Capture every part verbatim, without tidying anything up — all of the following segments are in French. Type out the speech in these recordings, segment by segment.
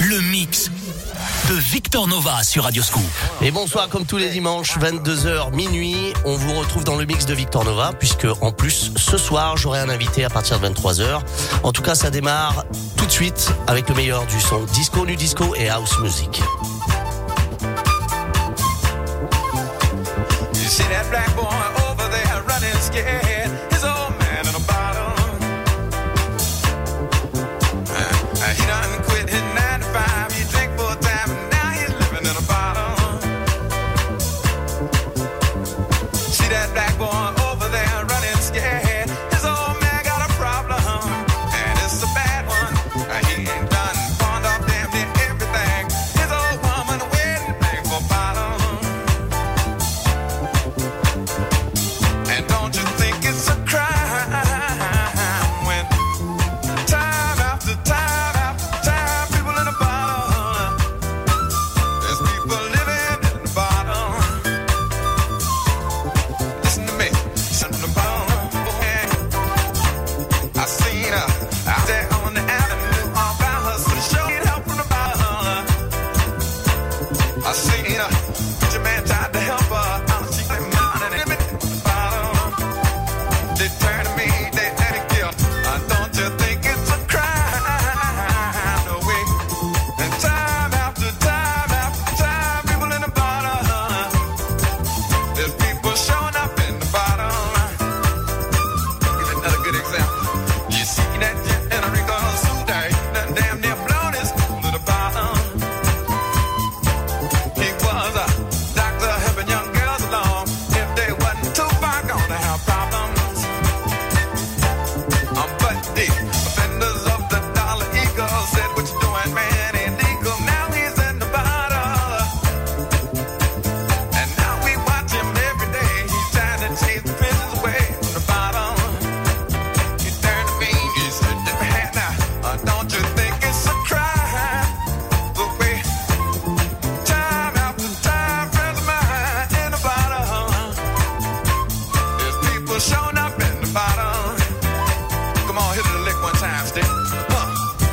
le mix de Victor Nova sur Radio Scoop. Et bonsoir, comme tous les dimanches, vingt-deux heures minuit, on vous retrouve dans le mix de Victor Nova, puisque en plus, ce soir, j'aurai un invité à partir de vingt-trois heures. En tout cas, ça démarre tout de suite avec le meilleur du son disco, nu disco et house music. You see that black boy over there running scared, his old man in a bottle. Uh, he done quit his nine to five, he drink full time and now he's living in a bottle. See that black boy over there running scared, his old man got a problem, and it's a bad one. Uh, he ain't done pawned off damn near everything, his old woman waiting bang for bottle. And don't you think it's a crime when time after time after time people in a bottle, there's people living in a bottle. Listen to me, son of a bottle. I seen her out there on the avenue all by herself, she need help from the bottle. I seen her, your man tried to help her out, she got money and living in the bottle. They turn to me, they let it kill. Uh, don't you think it's a crime? No way. And time after time after time, people in the bottle. There's people showing up in the bottle. Give you another good example. You see that jet in a Rico suit, there ain't nothing damn near blown his cool in the bottle. He was a doctor helping young girls along. If they wasn't too far gone to have problems. Um, but the offenders of the dollar eagle said, what you doing, man, ain't legal. Now he's in the bottle. And now we watch him every day. He's trying to chase the prisons away from the bottle. He turned to me, he said, man, now, uh, don't you think it's a crime? The way time after time, friends of mine in the bottle. There's people showing up in the bottle. Come on, hit it a lick one time, stick. Huh.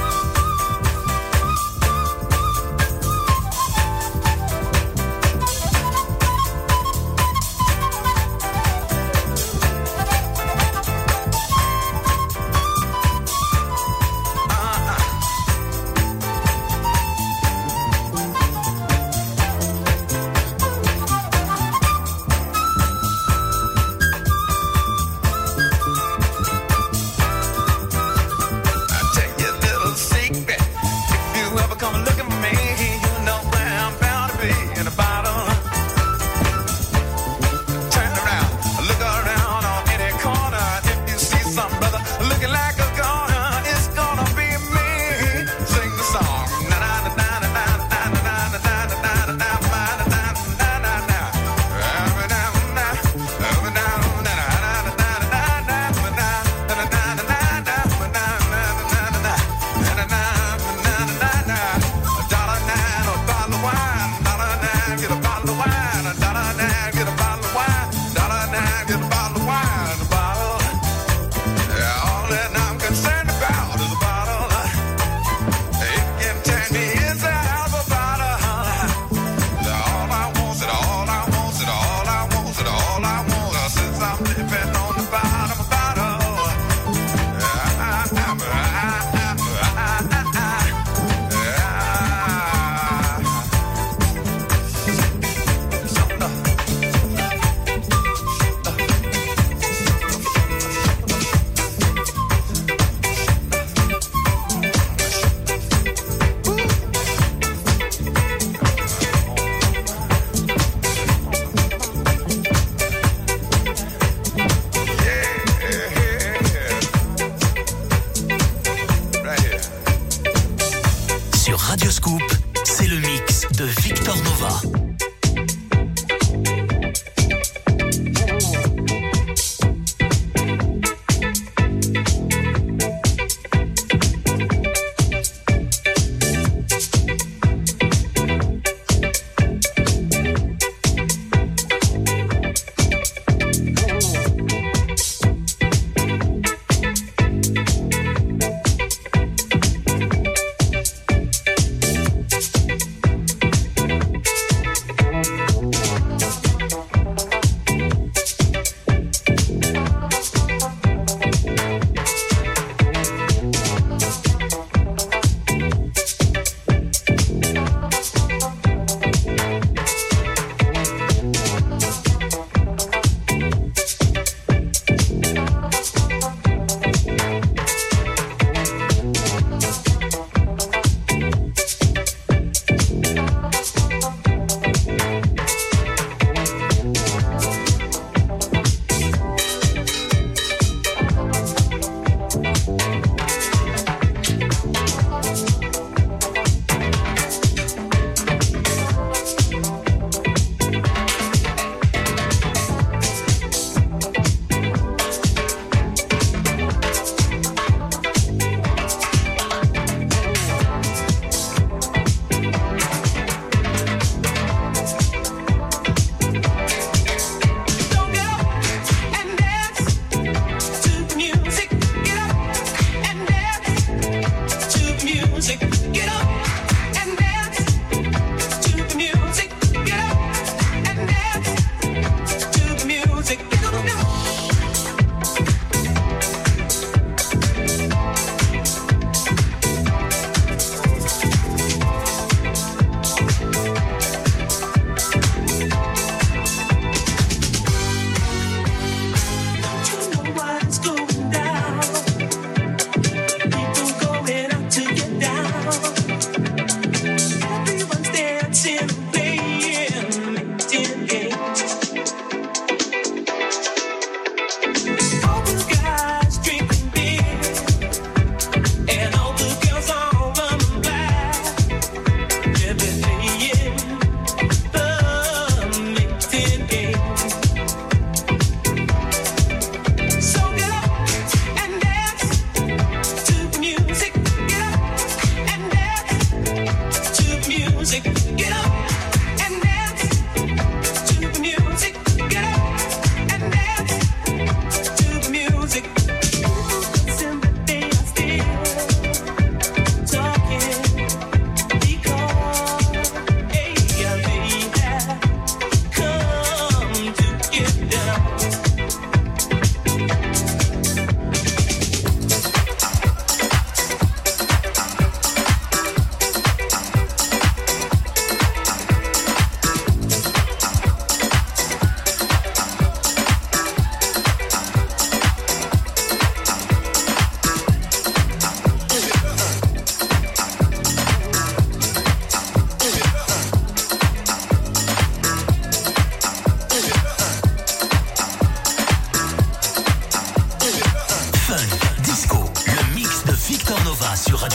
I tell you a little secret. If you ever come looking for me, you know where I'm bound to be in a bottle. Turn around, look around on any corner. If you see some brother looking like a goner, it's gonna be me. Sing the song. Na na na na na na na na na na na na na na na na na. Every now and then, every now and then, na na na na na na na na na na na na na. A dollar nine, a bottle of wine. Dollar nine, get a bottle of wine. A dollar nine, get a bottle of wine. Dollar nine, get a bottle of wine. A bottle. Yeah, all that I'm concerned about is a bottle. It can turn me inside out of a bottle. All I want is all I want is all I want is all I want. Since I'm living on the bottom of a bottle. Right here. Sur Radio Scoop, c'est le mix de Victor Nova.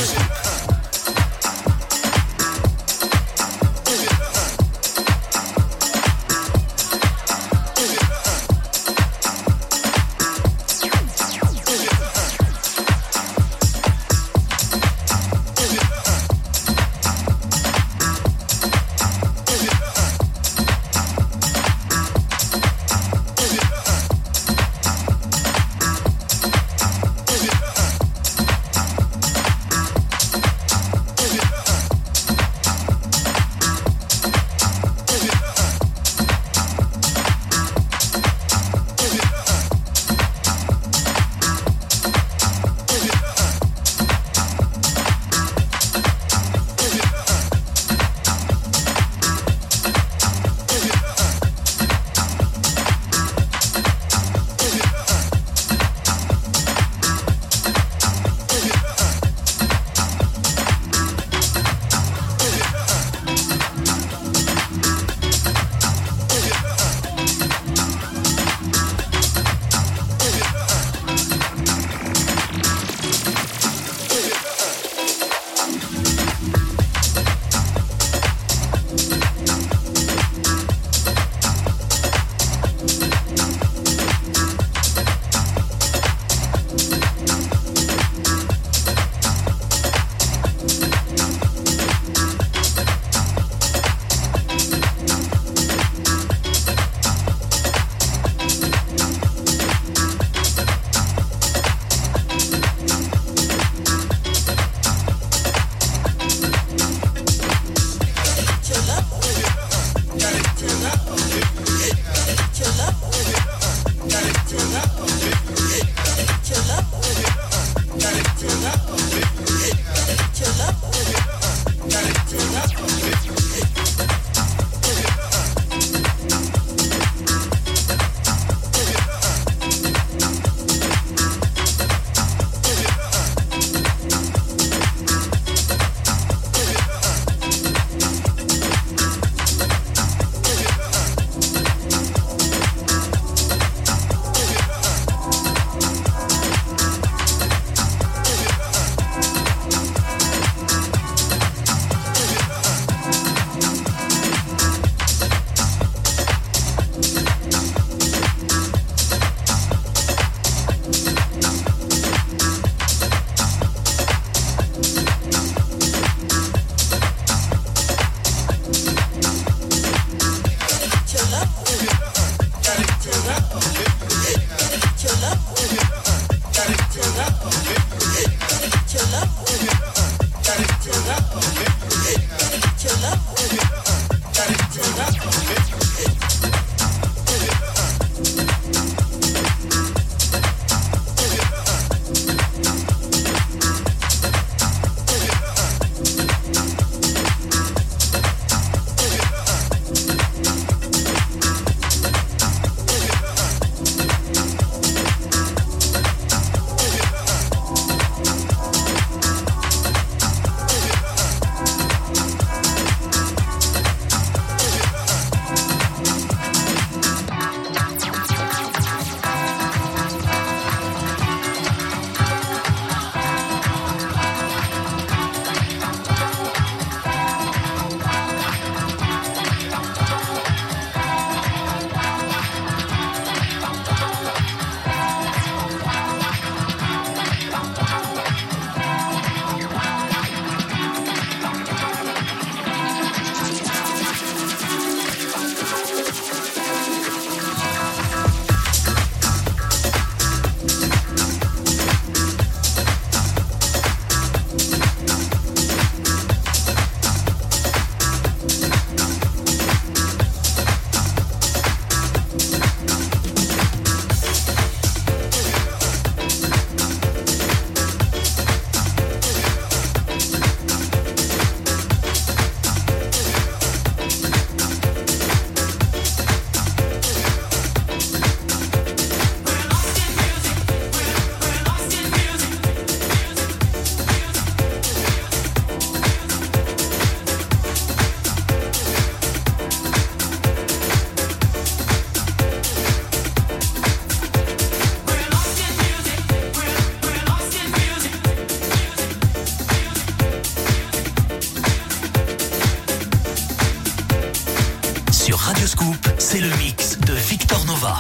Scoop. c'est le mix de Victor Nova.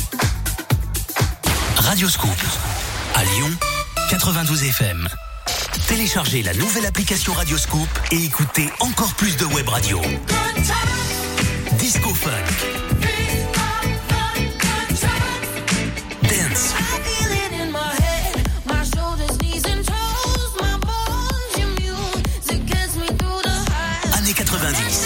Radioscoop. À Lyon, quatre-vingt-douze F M. Téléchargez la nouvelle application Radio Scoop et écoutez encore plus de web radio. Disco funk, dance, années quatre-vingt-dix.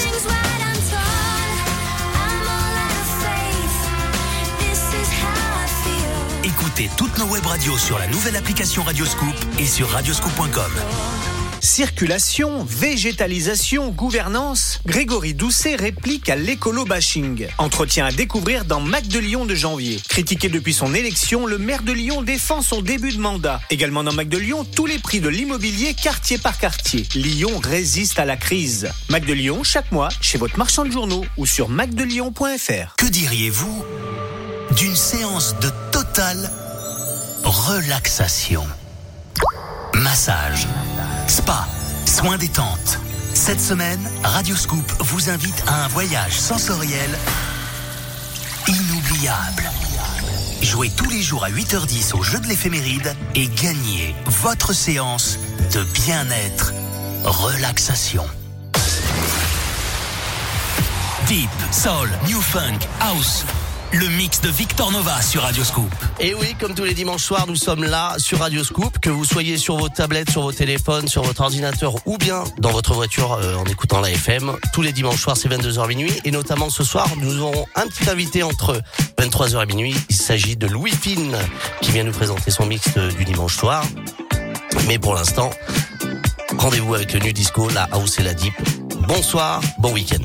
Écoutez toutes nos web radios sur la nouvelle application Radio Scoop et sur radioscoop point com. Circulation, végétalisation, gouvernance, Grégory Doucet réplique à l'écolo-bashing. Entretien à découvrir dans Mac de Lyon de janvier. Critiqué depuis son élection, le maire de Lyon défend son début de mandat. Également dans Mac de Lyon, tous les prix de l'immobilier quartier par quartier. Lyon résiste à la crise. Mac de Lyon, chaque mois, chez votre marchand de journaux ou sur mac de lyon point f r. Que diriez-vous d'une séance de totale relaxation? Massage, spa, soins détente. Cette semaine, Radio Scoop vous invite à un voyage sensoriel inoubliable. Jouez tous les jours à huit heures dix au jeu de l'éphéméride et gagnez votre séance de bien-être, relaxation. Deep, soul, new funk, house. Le mix de Victor Nova sur Radio Scoop. Et oui, comme tous les dimanches soirs, nous sommes là sur Radio Scoop. Que vous soyez sur vos tablettes, sur vos téléphones, sur votre ordinateur ou bien dans votre voiture euh, en écoutant la F M. Tous les dimanches soirs, c'est vingt-deux heures minuit. Et notamment ce soir, nous aurons un petit invité entre vingt-trois heures et minuit. Il s'agit de Louis Fine qui vient nous présenter son mix du dimanche soir. Mais pour l'instant, rendez-vous avec le nu disco, la house et la deep. Bonsoir, bon week-end.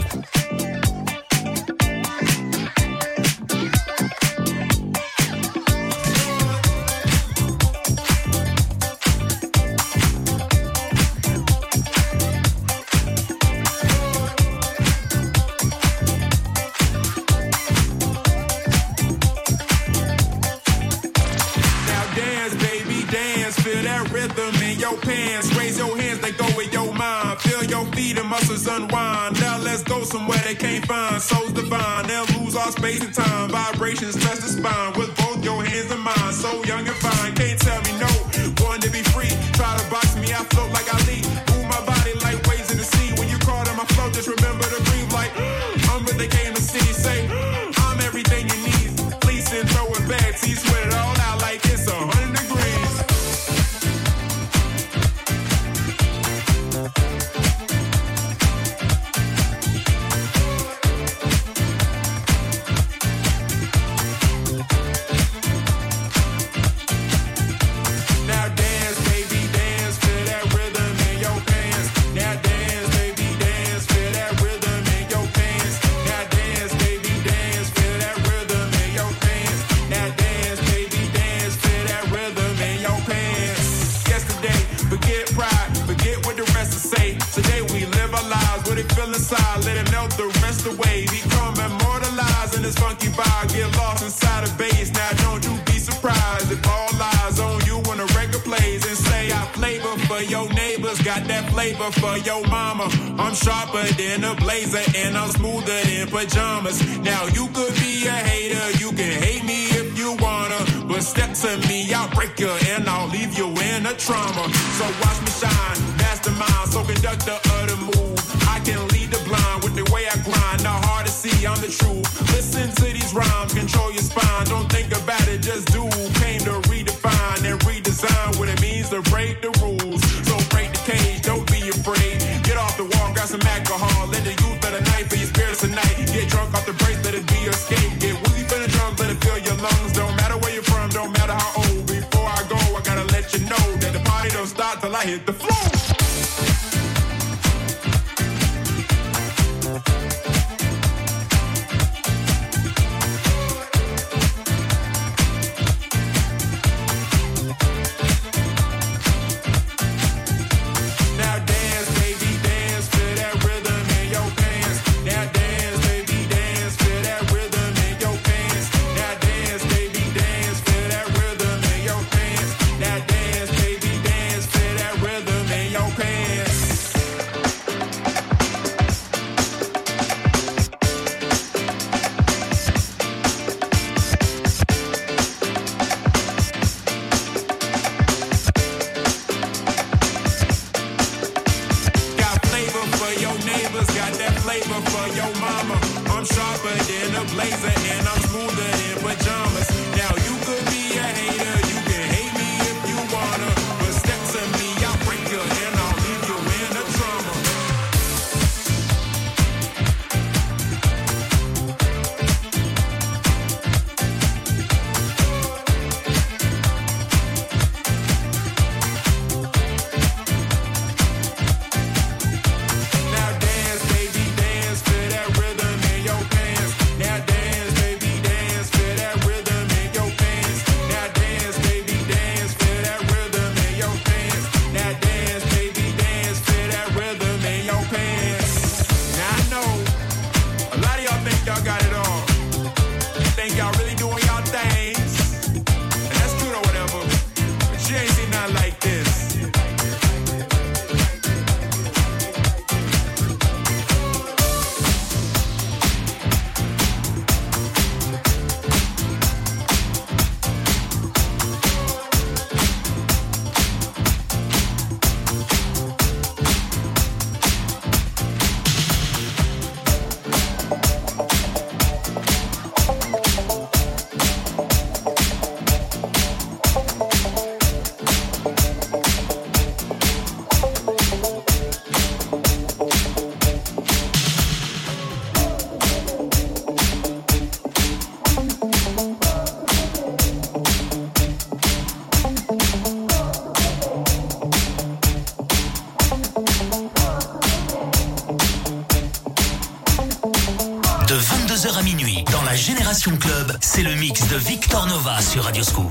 Muscles unwind. Now let's go somewhere they can't find. Souls divine. They'll lose all space and time. Vibrations touch the spine with both your hands and mine. So young and fine. Can't tell me no. Born to be free. Try to box me. I float like Ali. Move my body like waves in the sea. When you call on my flow, just remember to breathe like I'm what they came to see. Say I'm everything you need. Please and throw it back. See, sweat it all out like it's a hundred degrees. Inside, let it melt the rest away. Become immortalized in this funky vibe. Get lost inside the bass. Now don't you be surprised if all eyes on you when the record plays and say I flavor for your neighbors. Got that flavor for your mama. I'm sharper than a blazer and I'm smoother than pajamas. Now you could be a hater. You can hate me if you wanna, but step to me, I'll break you and I'll leave you in a trauma. So watch me shine, mastermind, so conductor of the move. I can lead the blind with the way I grind. Not hard to see, I'm the truth. Listen to these rhymes, control your spine. Don't think about it, just do. Came to redefine and redesign what it means to break the rules. So break the cage, don't be afraid. Get off the wall, grab some alcohol. Let the youth of the night for your spirits tonight. Get drunk off the brace, let it be your escape. Get woozy for the drums, let it fill your lungs. Don't matter where you're from, don't matter how old. Before I go, I gotta let you know that the party don't stop till I hit the floor. Rhythm Génération Club, c'est le mix de Victor Nova sur Radio Scoop.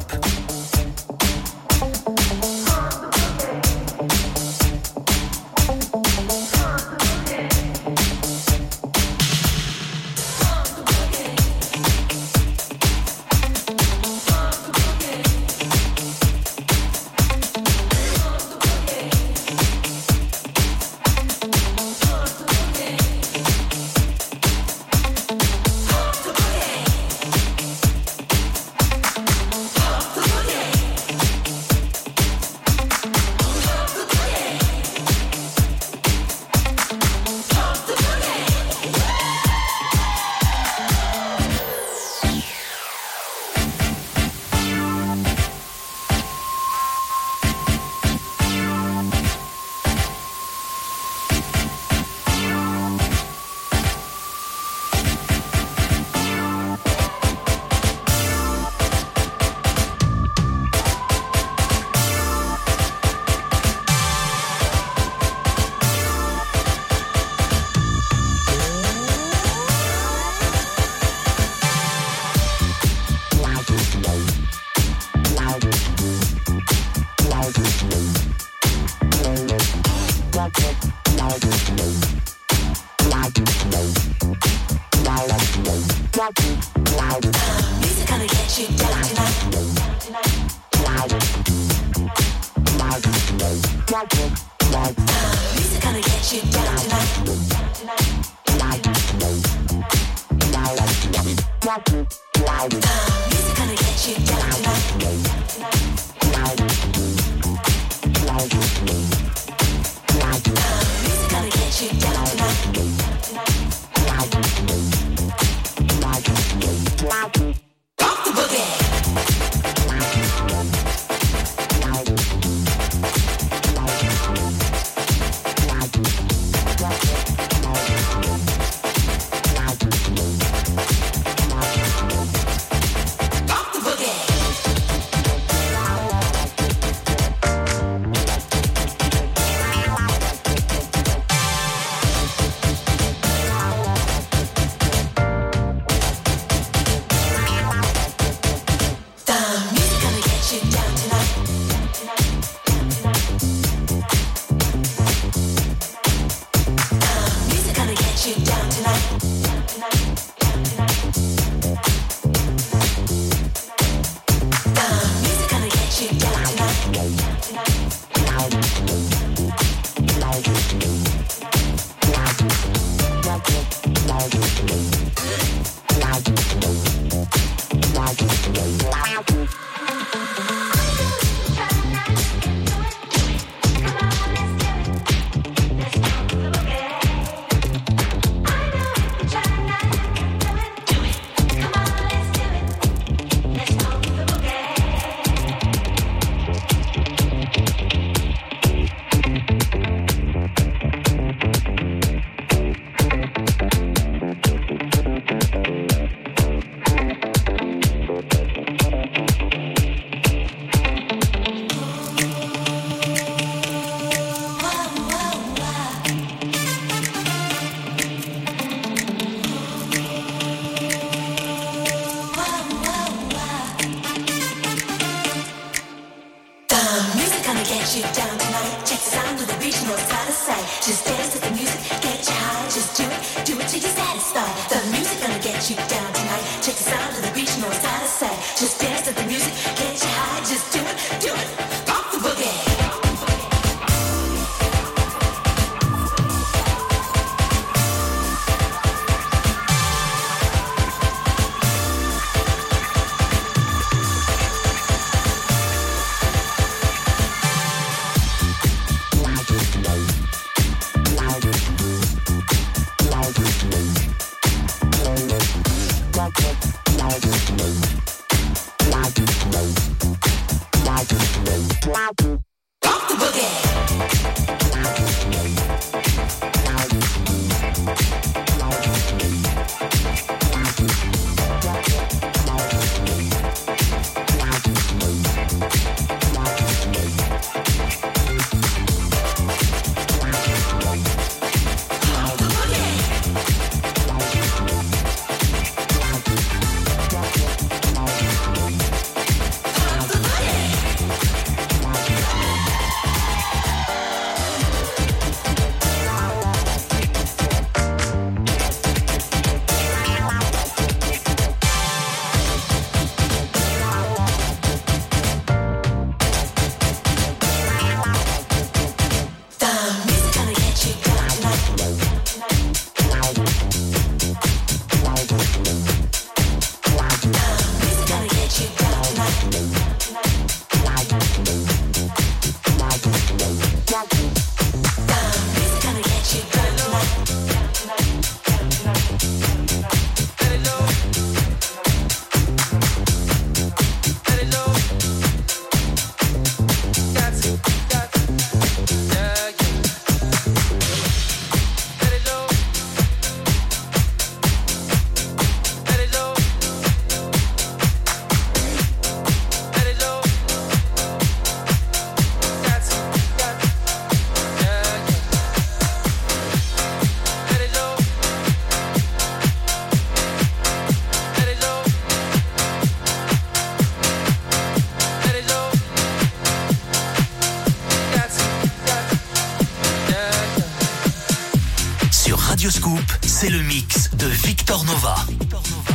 Scoop, c'est le mix de Victor Nova. Victor Nova.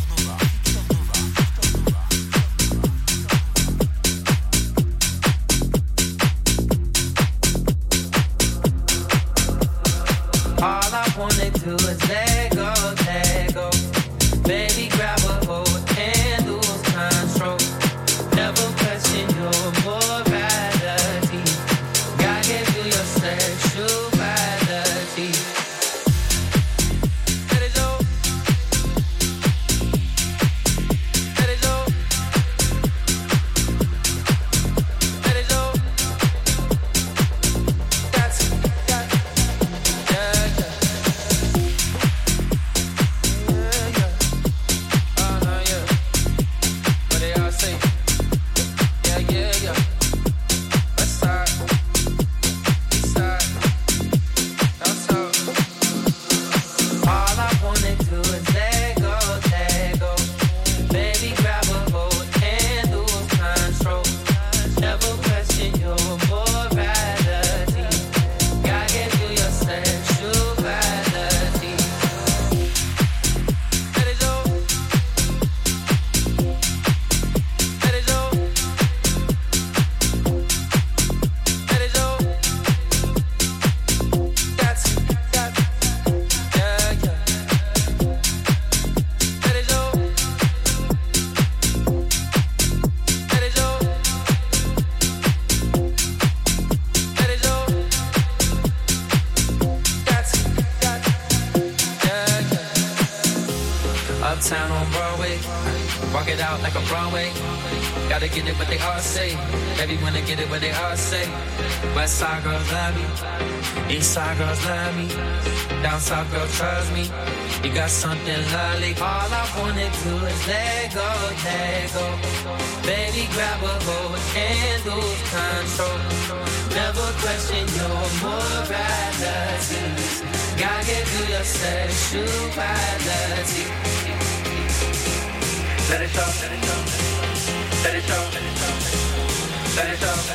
All I wanna do is let go, let go. Baby, grab a hold and lose control. Never question your morality. God gave you your sexuality. Let it go. Let it go. Let it go. That's, that's, yeah, yeah. Uptown on Broadway, walk it out like a Broadway. Gotta get it what they all say. Baby wanna get it what they all say. West side girls love me, east side girls love me, down south girls trust me. You got something lovely. All I wanna do is let go, let go. Baby grab a hold and lose control. Never question your morality. God gave you your sexuality. Let it show, let it show, let it show, let it show.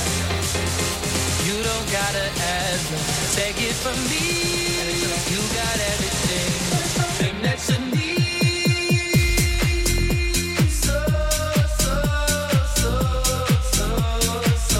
You don't gotta ask, take it from me. You got everything, everything that you need. So, so, so, so, so.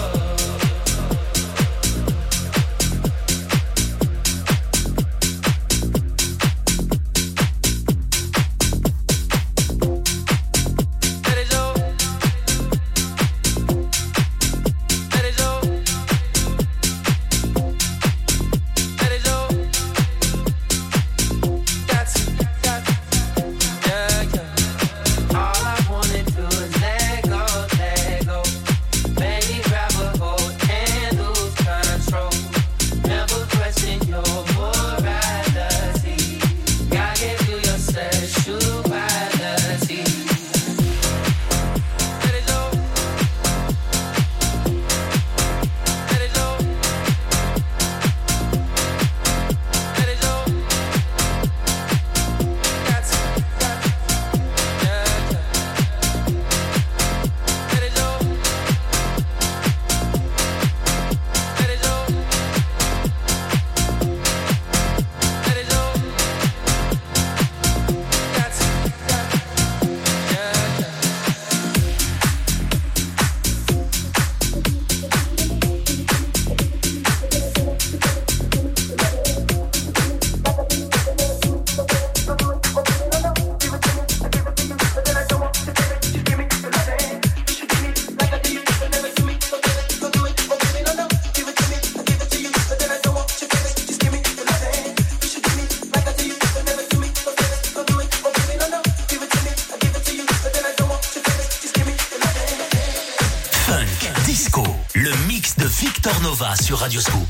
Victor Nova sur Radio Scoop.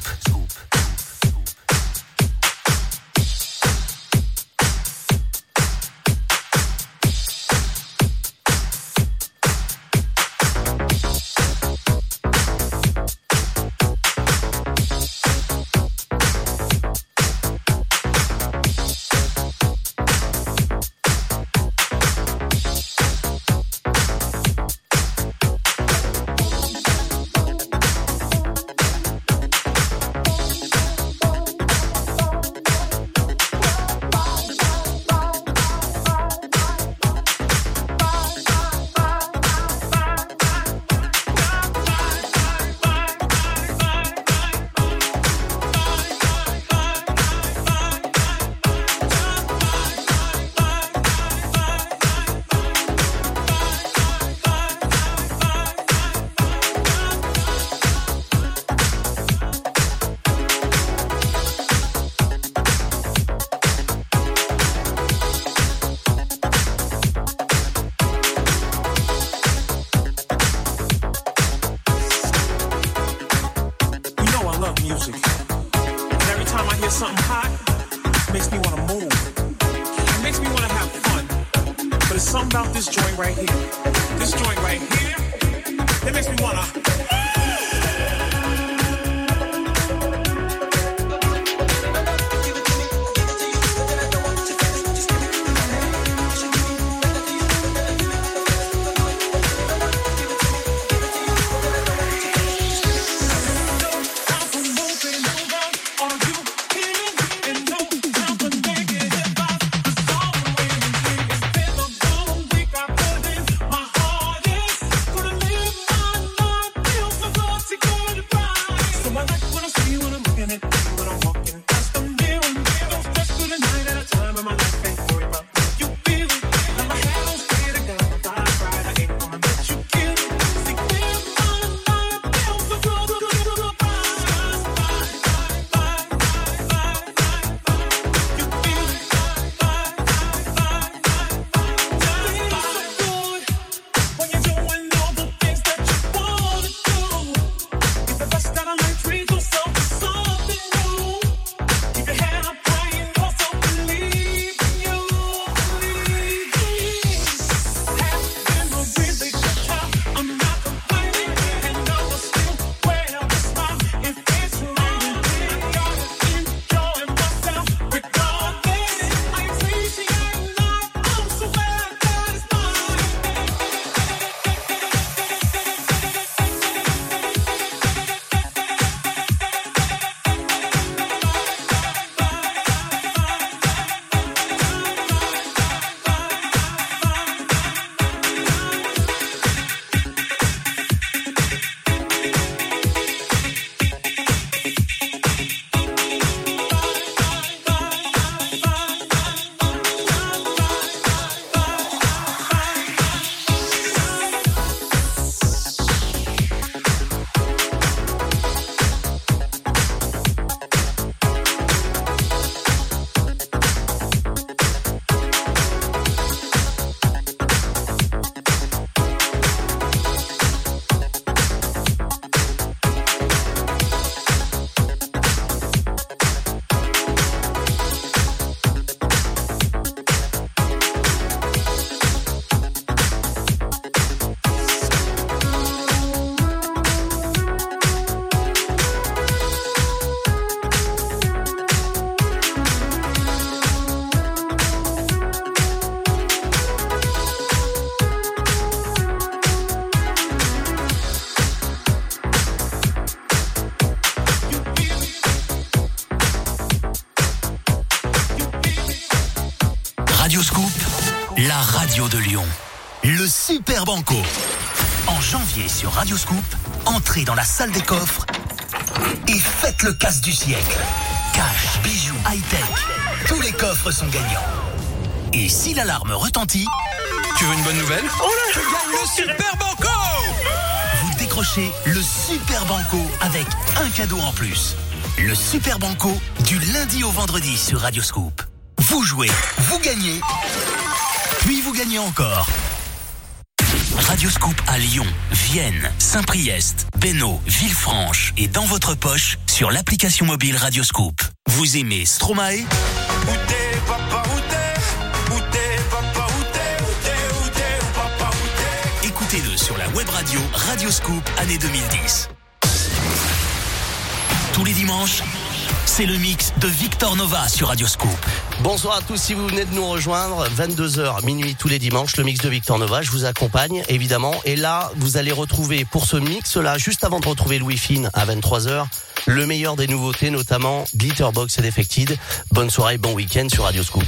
joint right here. This joint right here, it makes me wanna. Radioscoop, la radio de Lyon. Le Super Banco. En janvier sur Radioscoop, entrez dans la salle des coffres et faites le casse du siècle. Cash, bijoux, high-tech, tous les coffres sont gagnants. Et si l'alarme retentit... Tu veux une bonne nouvelle? Oh là, je gagne le Super Banco! Vous décrochez le Super Banco avec un cadeau en plus. Le Super Banco du lundi au vendredi sur Radioscoop. Vous jouez, vous gagnez, puis vous gagnez encore. Radioscoop à Lyon, Vienne, Saint-Priest, Bénaud, Villefranche et dans votre poche sur l'application mobile Radioscoop. Vous aimez Stromae? Où t'es, papa, où t'es? Où t'es, papa, où t'es? Où t'es, où t'es, où papa, où t'es? Écoutez-le sur la web radio Radioscoop année deux mille dix. Tous les dimanches, c'est le mix de Victor Nova sur Radioscoop. Bonsoir à tous, si vous venez de nous rejoindre, vingt-deux heures minuit tous les dimanches, le mix de Victor Nova, je vous accompagne évidemment. Et là, vous allez retrouver pour ce mix-là, juste avant de retrouver Louis Fine à vingt-trois heures, le meilleur des nouveautés, notamment Glitterbox et Defected. Bonne soirée, bon week-end sur Radioscoop.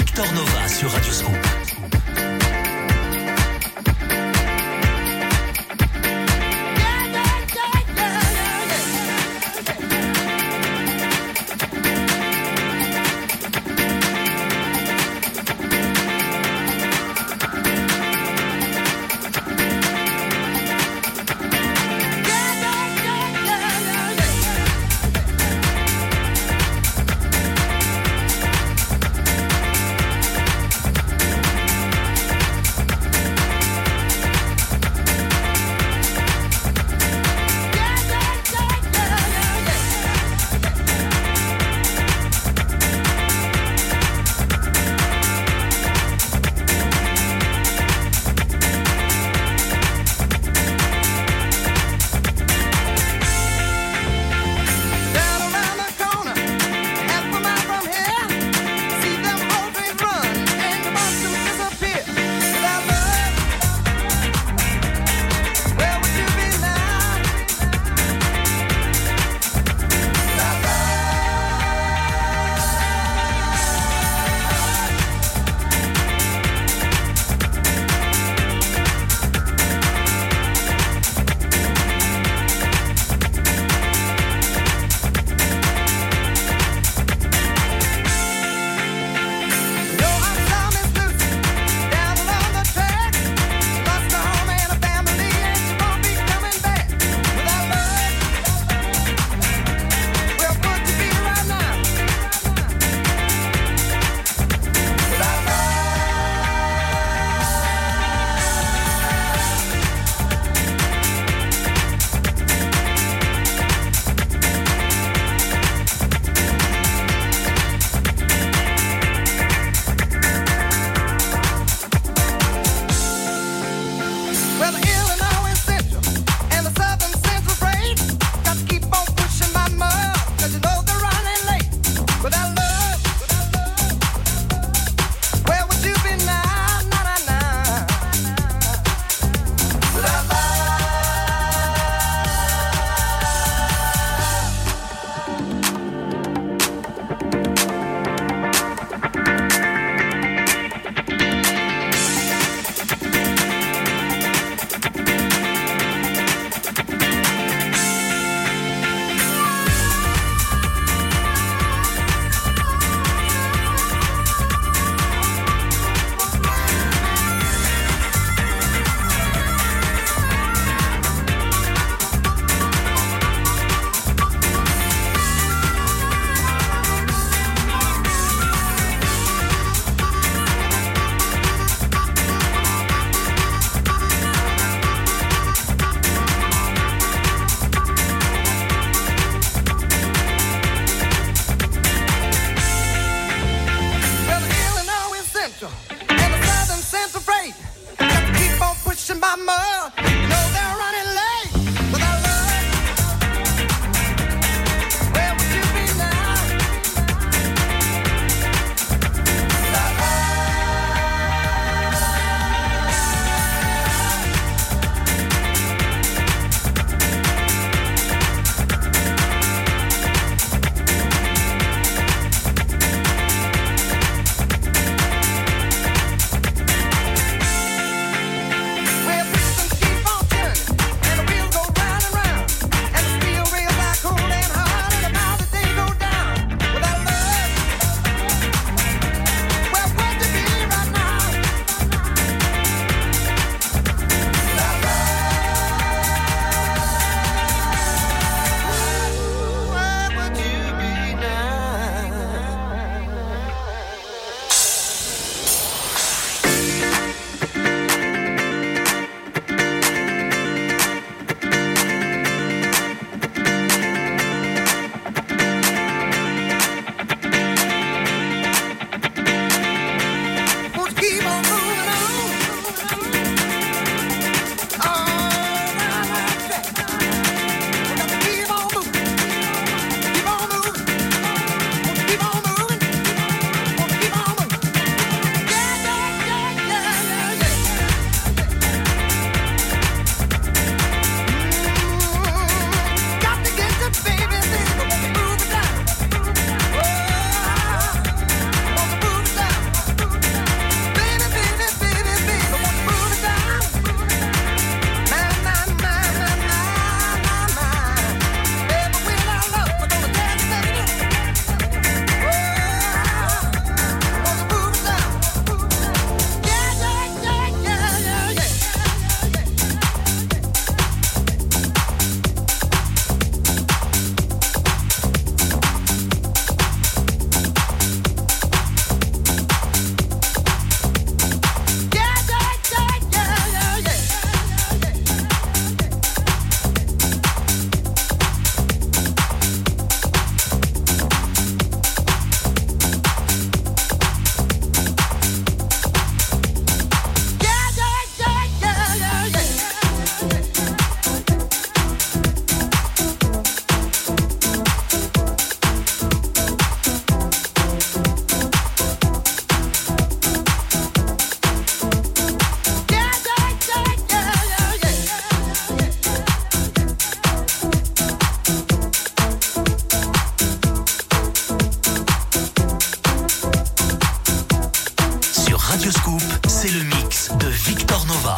Victor Nova sur Radio Scoop. Radio Scoop, c'est le mix de Victor Nova.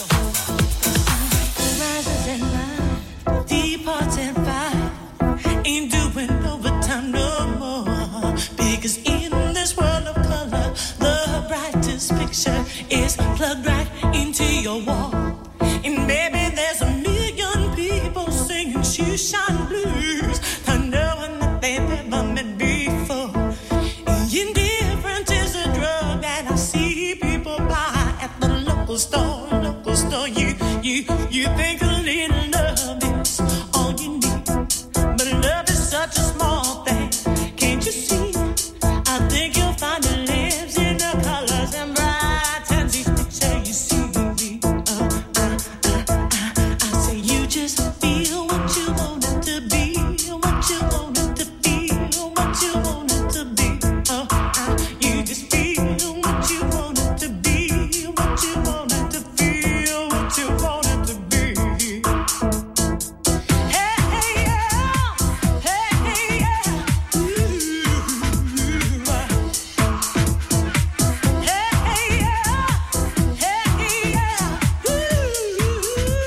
Ain't doing overtime no more. Because in this world of color, the brightest picture is plugged right into your wall. And maybe there's a million people singing shoeshine blues to no one that they've ever met before. Indifference is a drug that I see people buy at the local store. Local store, you, you, you think a little love is all you need. But love is such a small thing, can't you see? I think you'll find it lives in the colors and bright and each picture you see. Uh, I, I, I, I say you just feel what you want it to be, what you want it to be, what you want it to be. Uh, I, you just feel what you want it to be, what you want it to feel, what you want it to be. Hey, hey, yeah. Hey, hey, yeah. Ooh. Hey, hey, yeah. Hey, yeah. Ooh.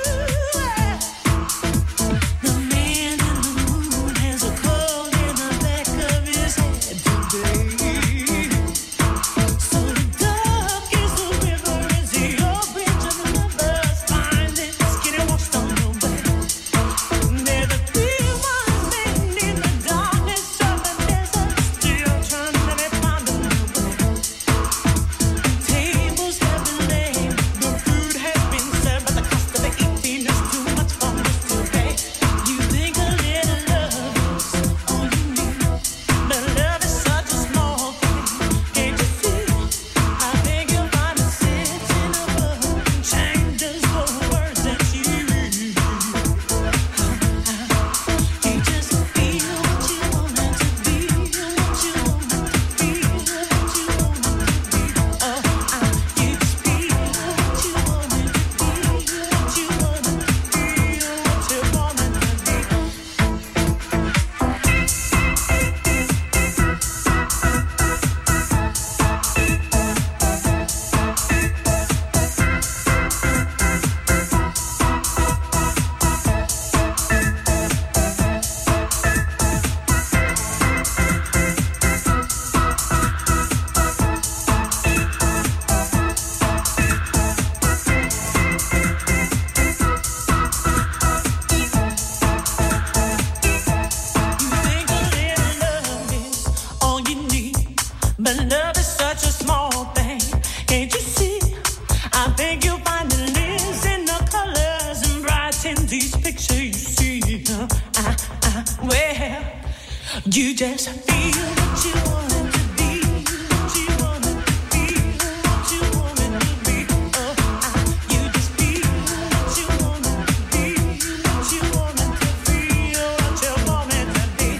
The man in the moon has a cold in the back of his head today. So dark is the river, is your bridge of lovers. Find it, get it washed on your back. There's a three one man in the darkness of the desert, still trying to let it find a new way. Tables have been laid, the food has been served, but the cost of the eating is too much for us to pay. You think a little love is all you need, but love is such a small thing, can't you see? I think you'll find it sits in a book and changes the words that you read. You just feel what you want it to be, what you want it to be, what you want it to be. Oh, I, you just feel what you want it to be, what you want it to be, what you want it to be. You think a little love is all you need, but love is such a small thing, can't you see? I think you'll find it lives in the colors and bright in these pictures you see. Uh, I, I, well, you just feel what you want it to be, what you want it to be, what you want it to be. Oh, I, you just feel what you want it to be, what you want it to feel, what you want it to be.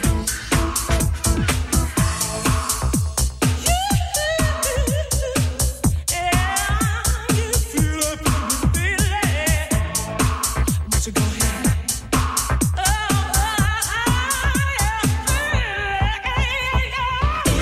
Yeah, you feel it, you feel it. But you go ahead. Oh, I, I, I,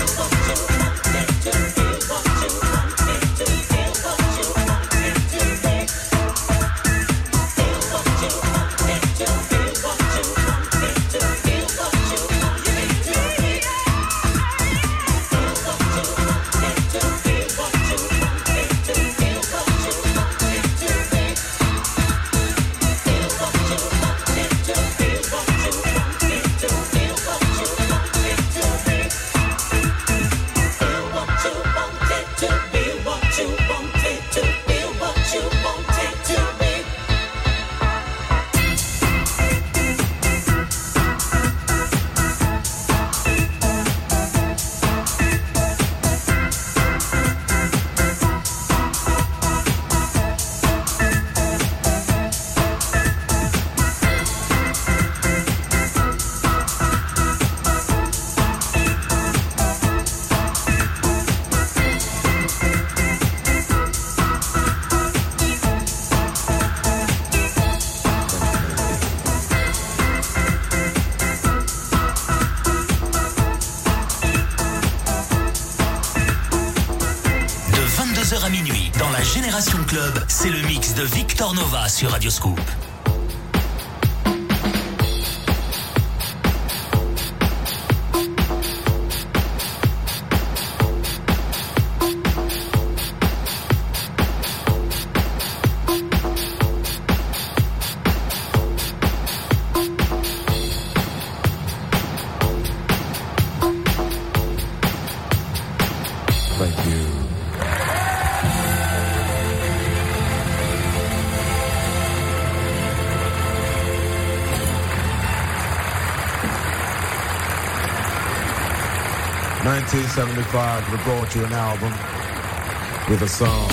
vingt-deux heures à minuit, dans la Génération Club, c'est le mix de Victor Nova sur Radio Scoop. nineteen seventy-five, we brought you an album with a song.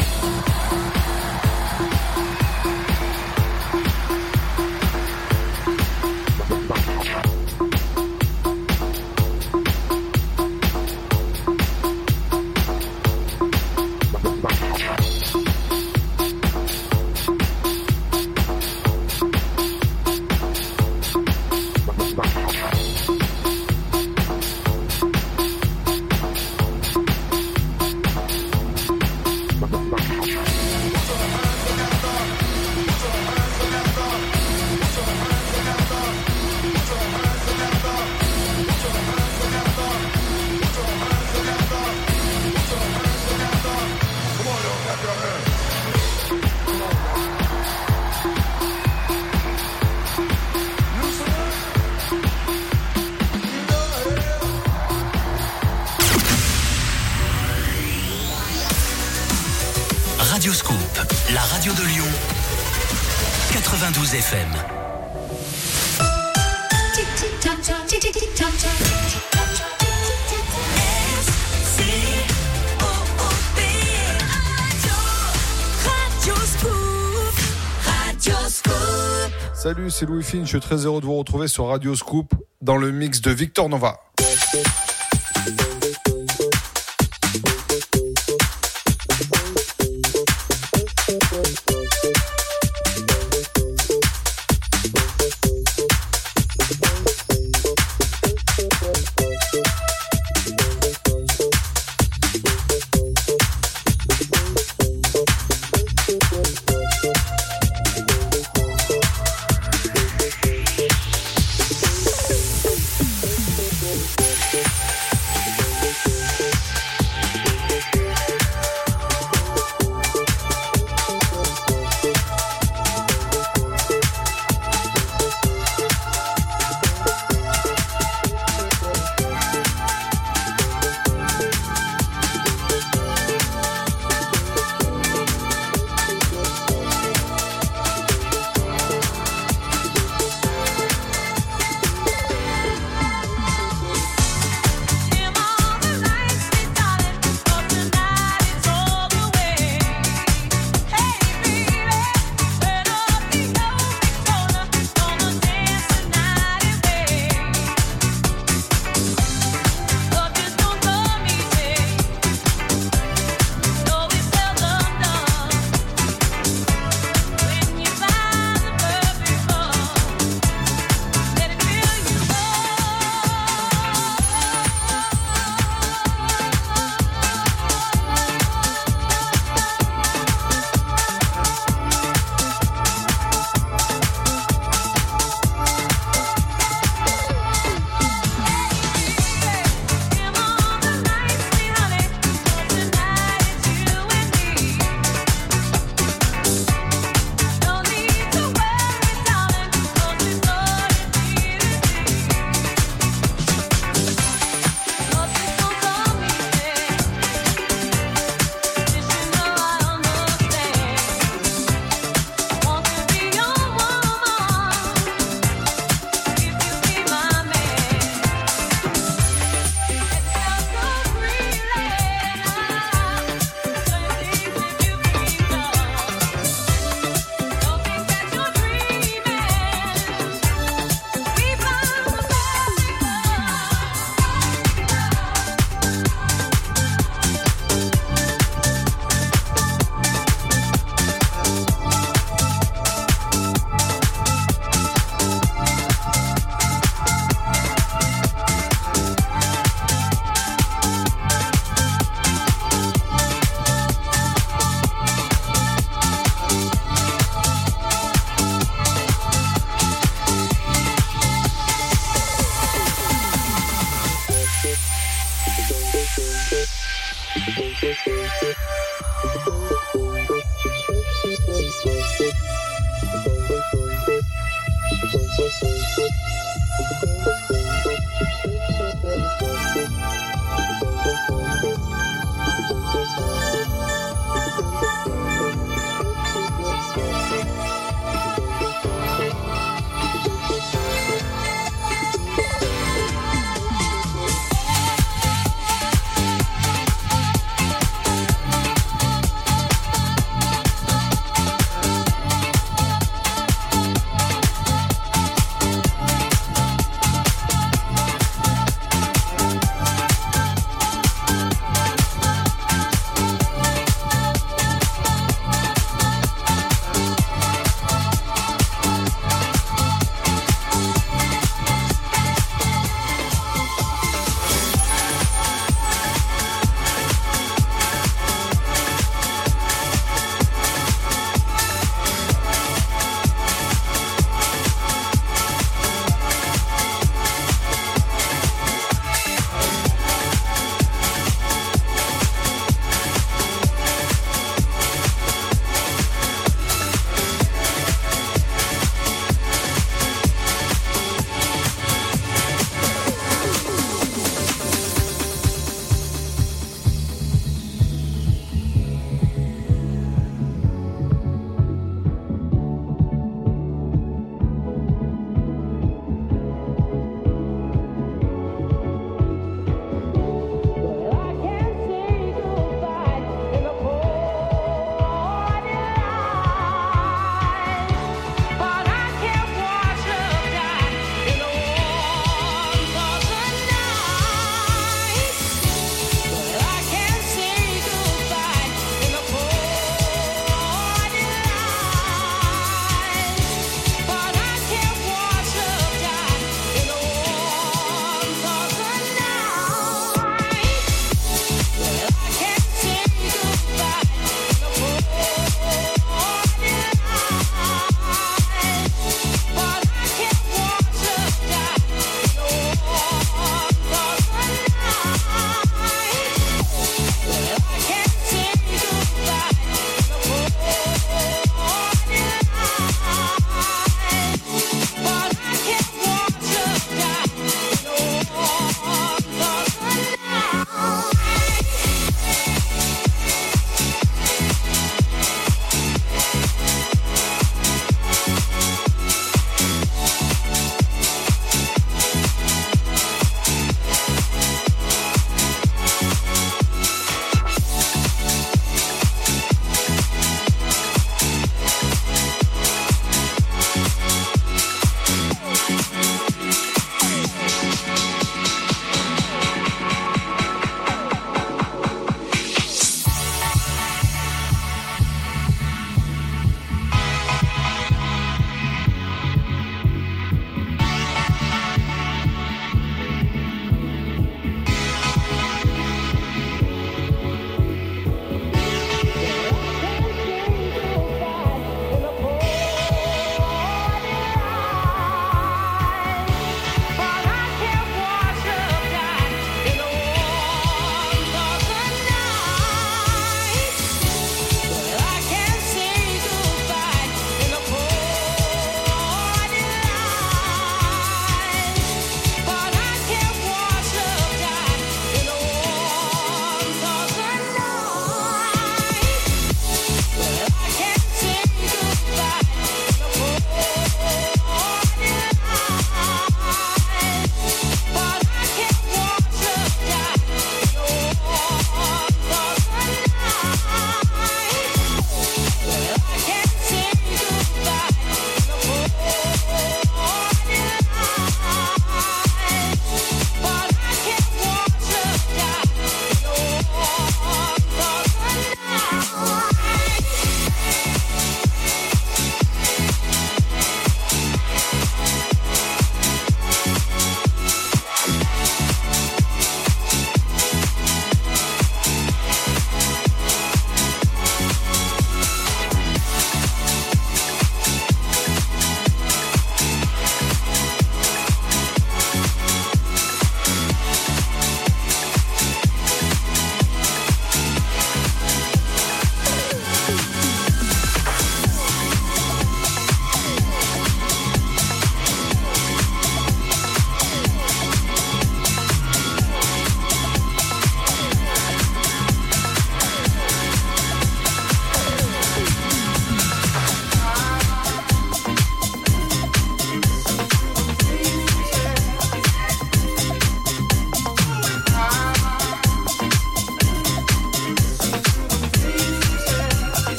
Radio Scoop, la radio de Lyon, quatre-vingt-douze F M. Salut, c'est Louis Fine, je suis très heureux de vous retrouver sur Radio Scoop dans le mix de Victor Nova.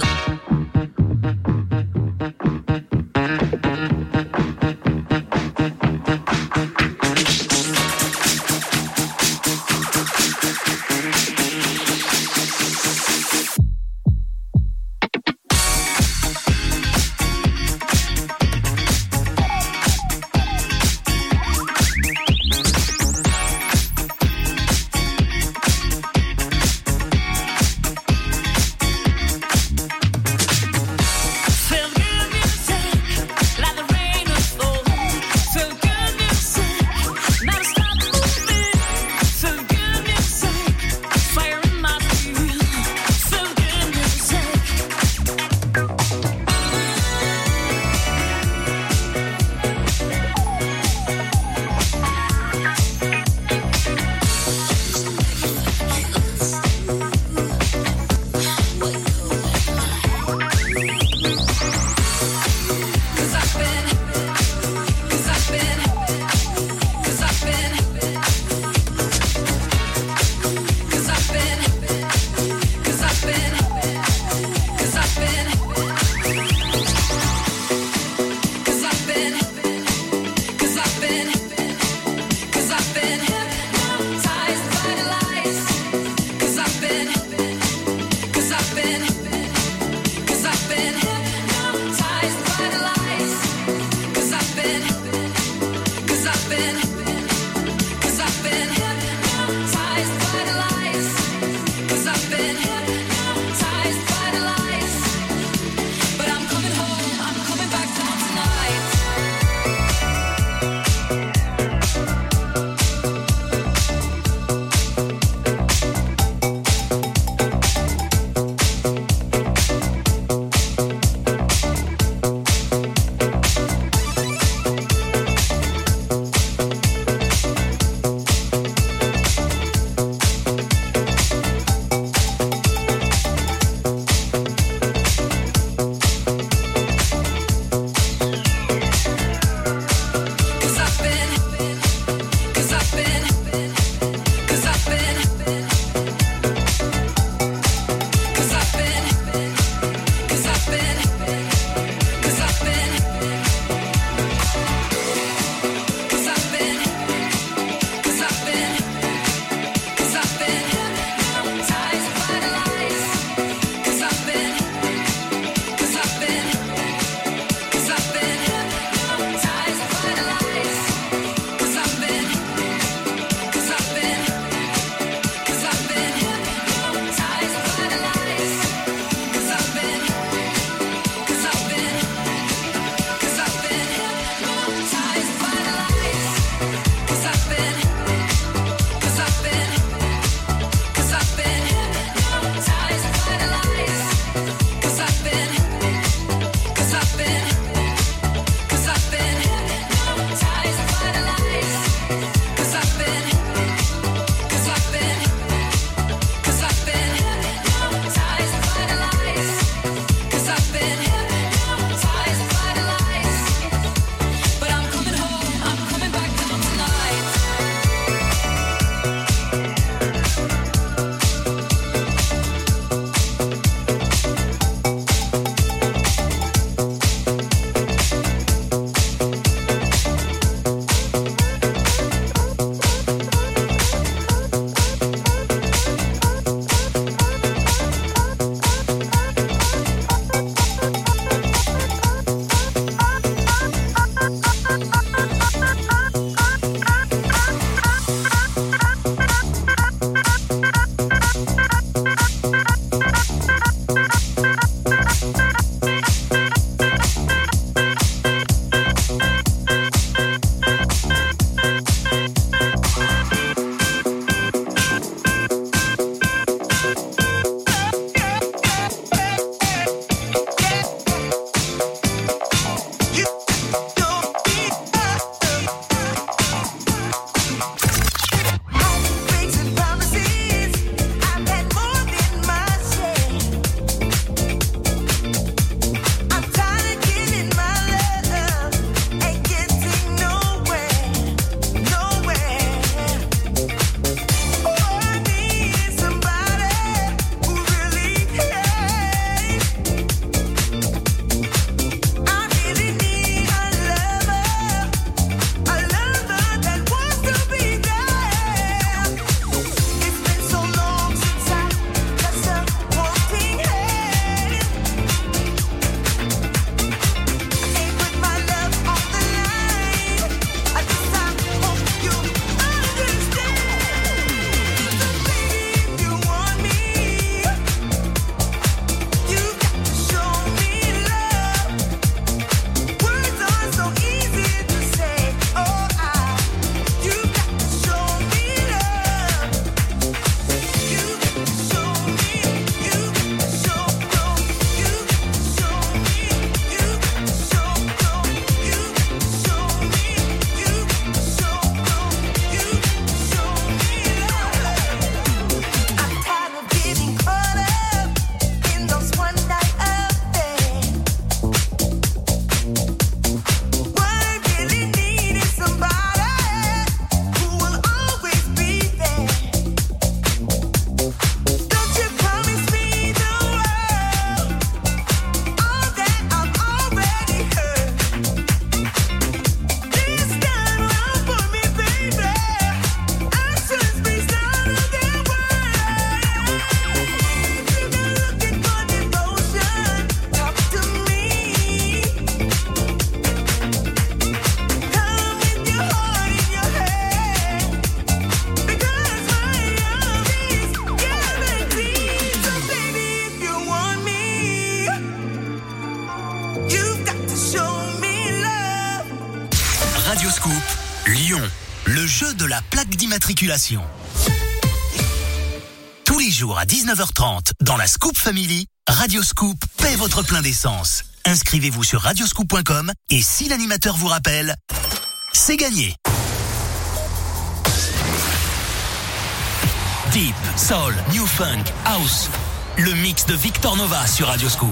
'Cause Radioscoop, Lyon, le jeu de la plaque d'immatriculation. Tous les jours à dix-neuf heures trente, dans la Scoop Family, Radioscoop paie votre plein d'essence. Inscrivez-vous sur radioscoop point com et si l'animateur vous rappelle, c'est gagné. Deep, Soul, New Funk, House, le mix de Victor Nova sur Radioscoop.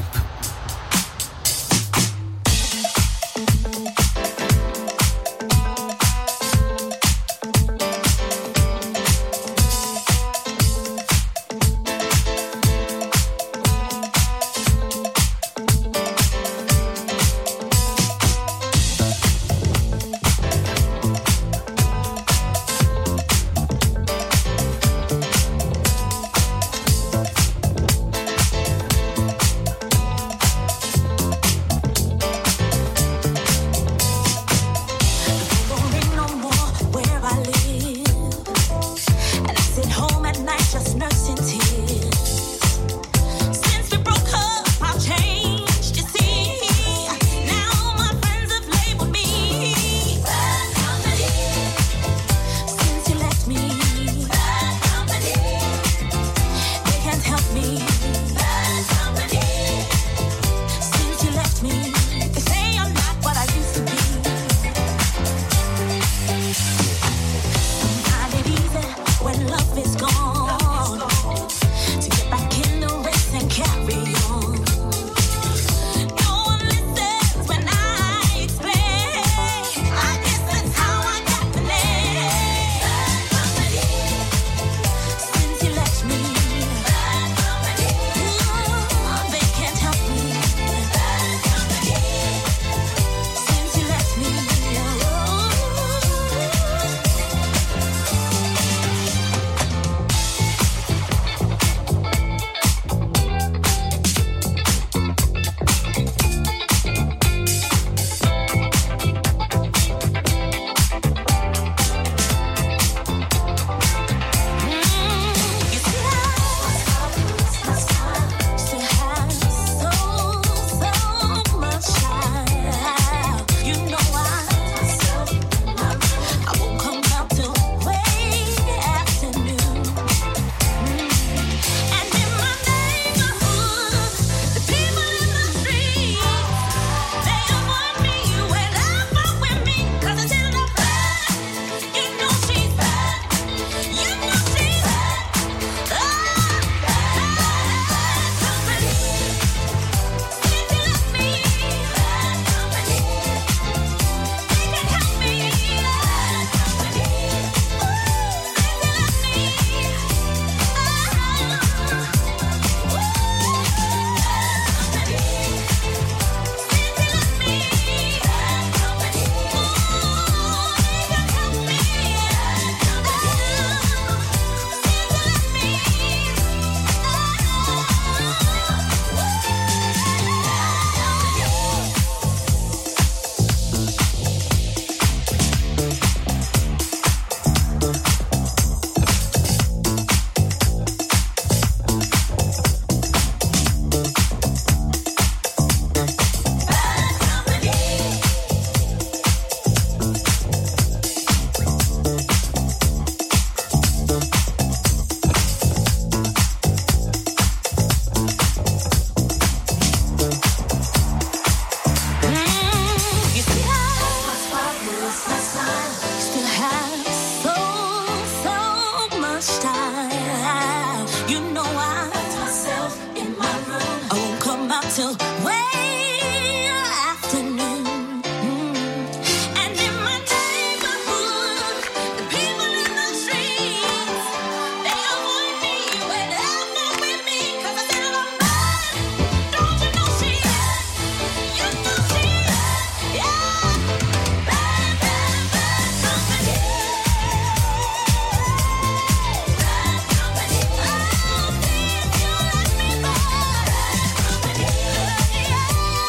Yeah.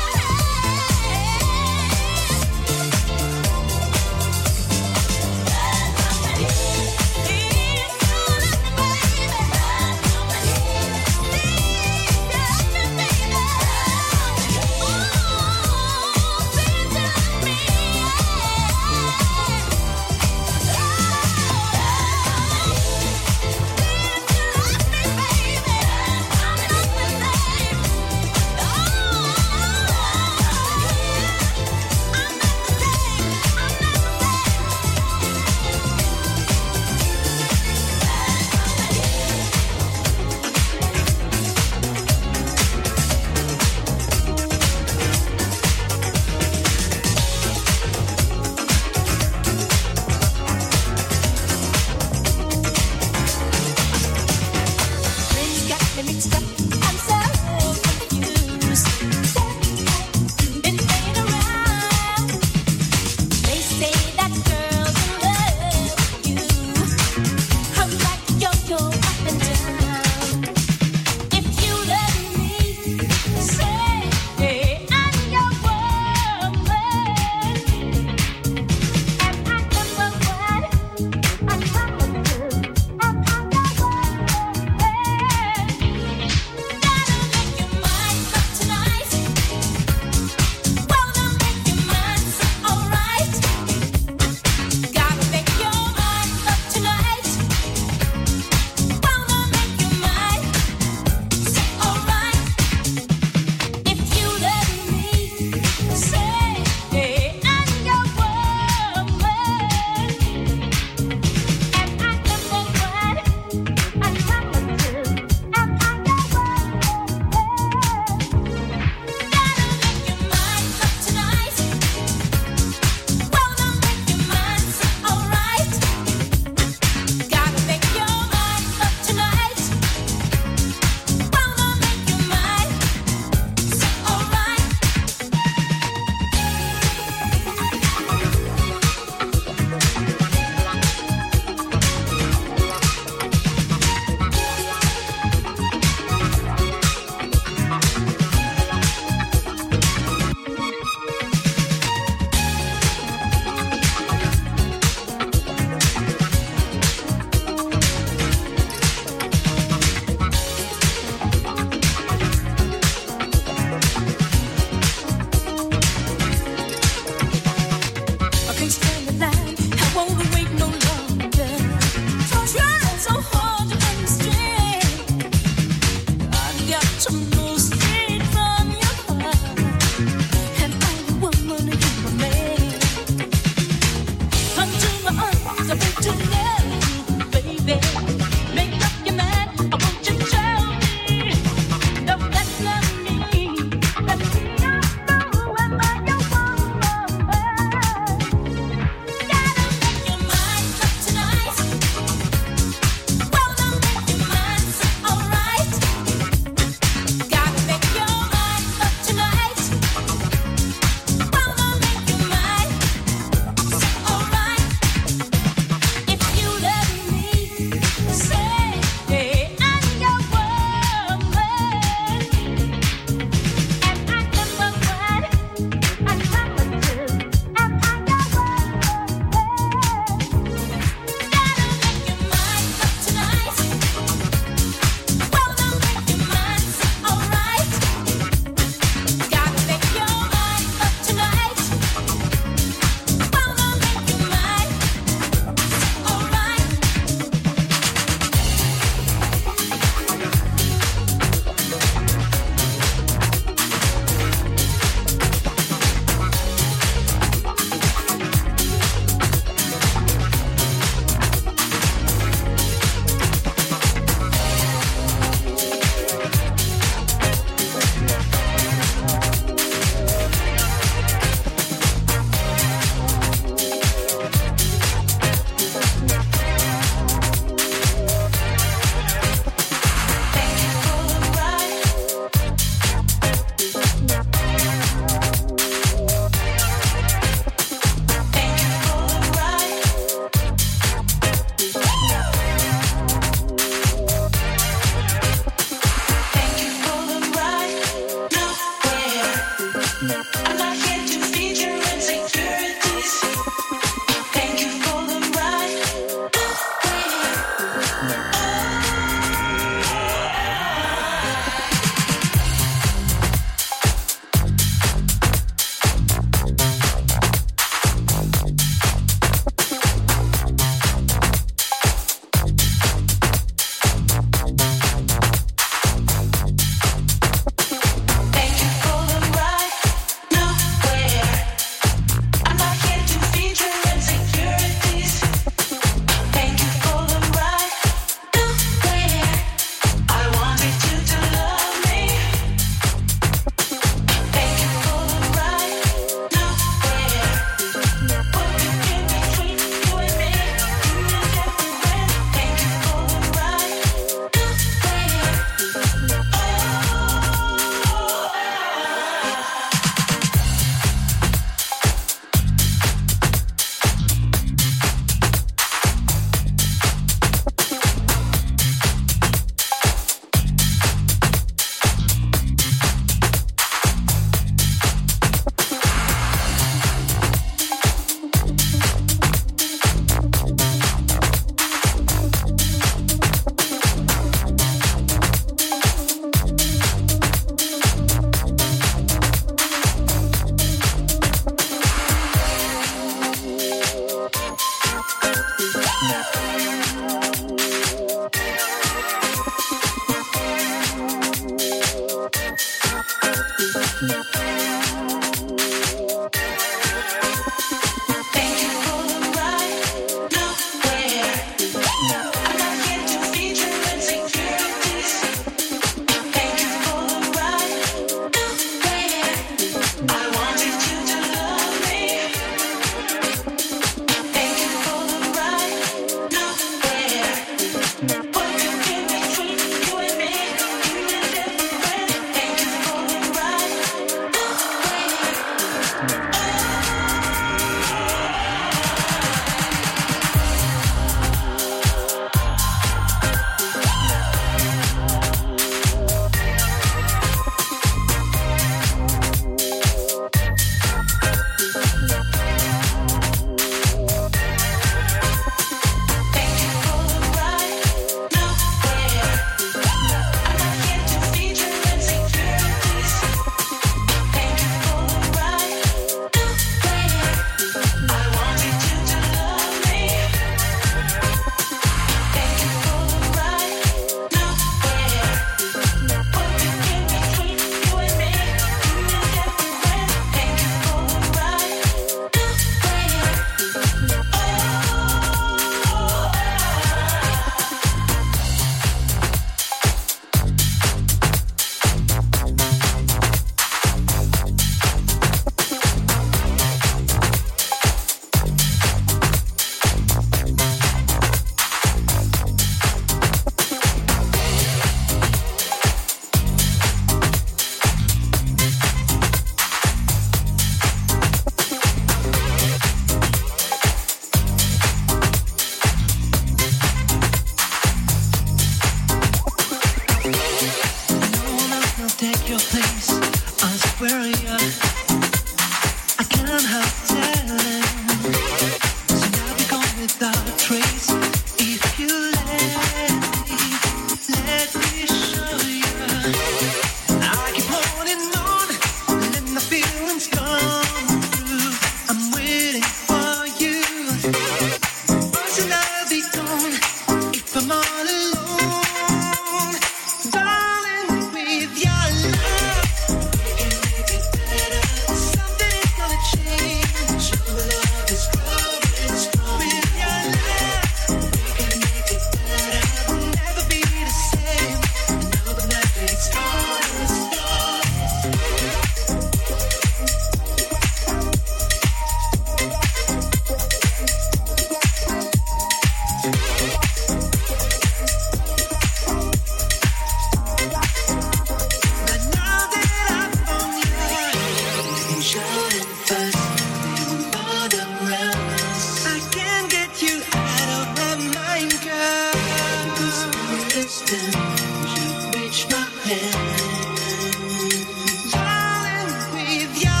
Darling, with your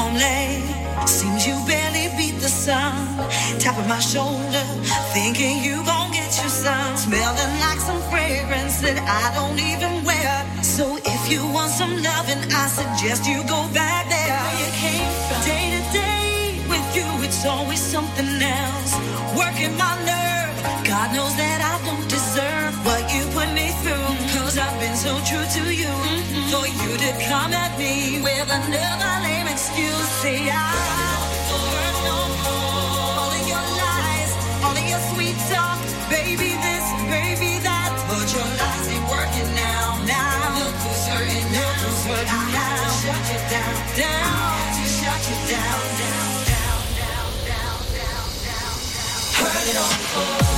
lonely. Seems you barely beat the sun. Tapping my shoulder, thinking you gon' get your son. Smelling like some fragrance that I don't even wear. So if you want some loving, I suggest you go back there. Where you came from. Day to day with you, it's always something else. Working my nerve, God knows that I don't deserve what you put me through. Cause I've been so true to you. Mm-hmm. For you to come at me with another lame excuse. Say I heard no more. All of your lies, all of your sweet talk. Baby this, baby that. But your lies ain't working now. Now look who's hurting now. Look who's hurting now. I have to shut you down. Down. I have to shut you down. Down, down, down, down, down, down, down. Heard it all before.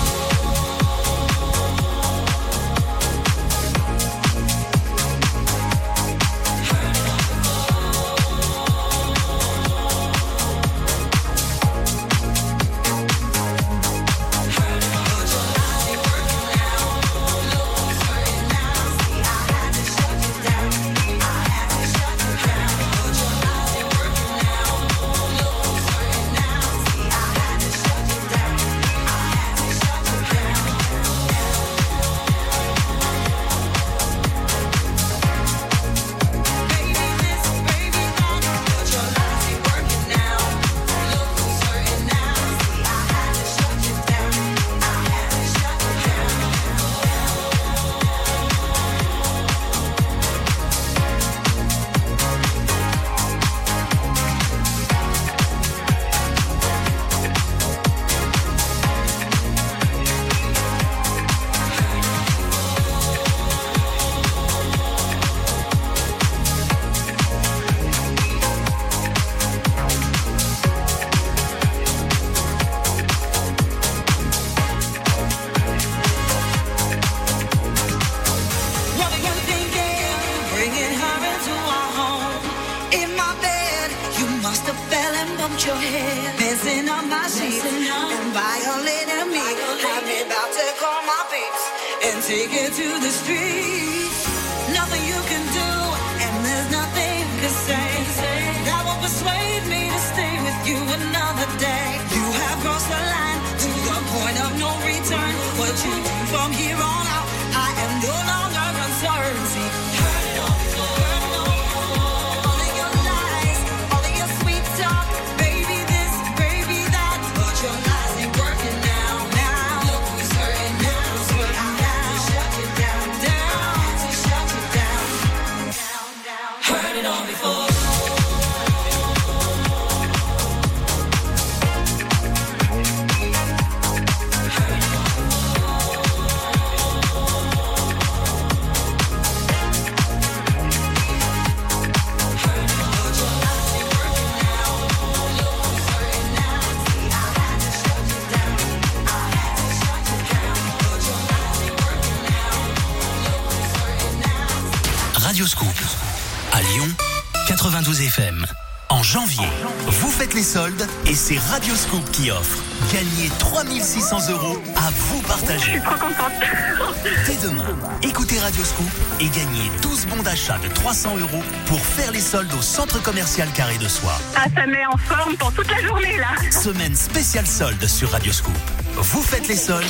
quatre-vingt-douze F M. En janvier, vous faites les soldes et c'est Radio Scoop qui offre. Gagnez trois mille six cents euros à vous partager. Je suis trop contente. Dès demain, écoutez Radio Scoop et gagnez douze bons d'achat de trois cents euros pour faire les soldes au centre commercial Carré de Soie. Ah, ça met en forme pour toute la journée là. Semaine spéciale solde sur Radio Scoop. Vous faites les soldes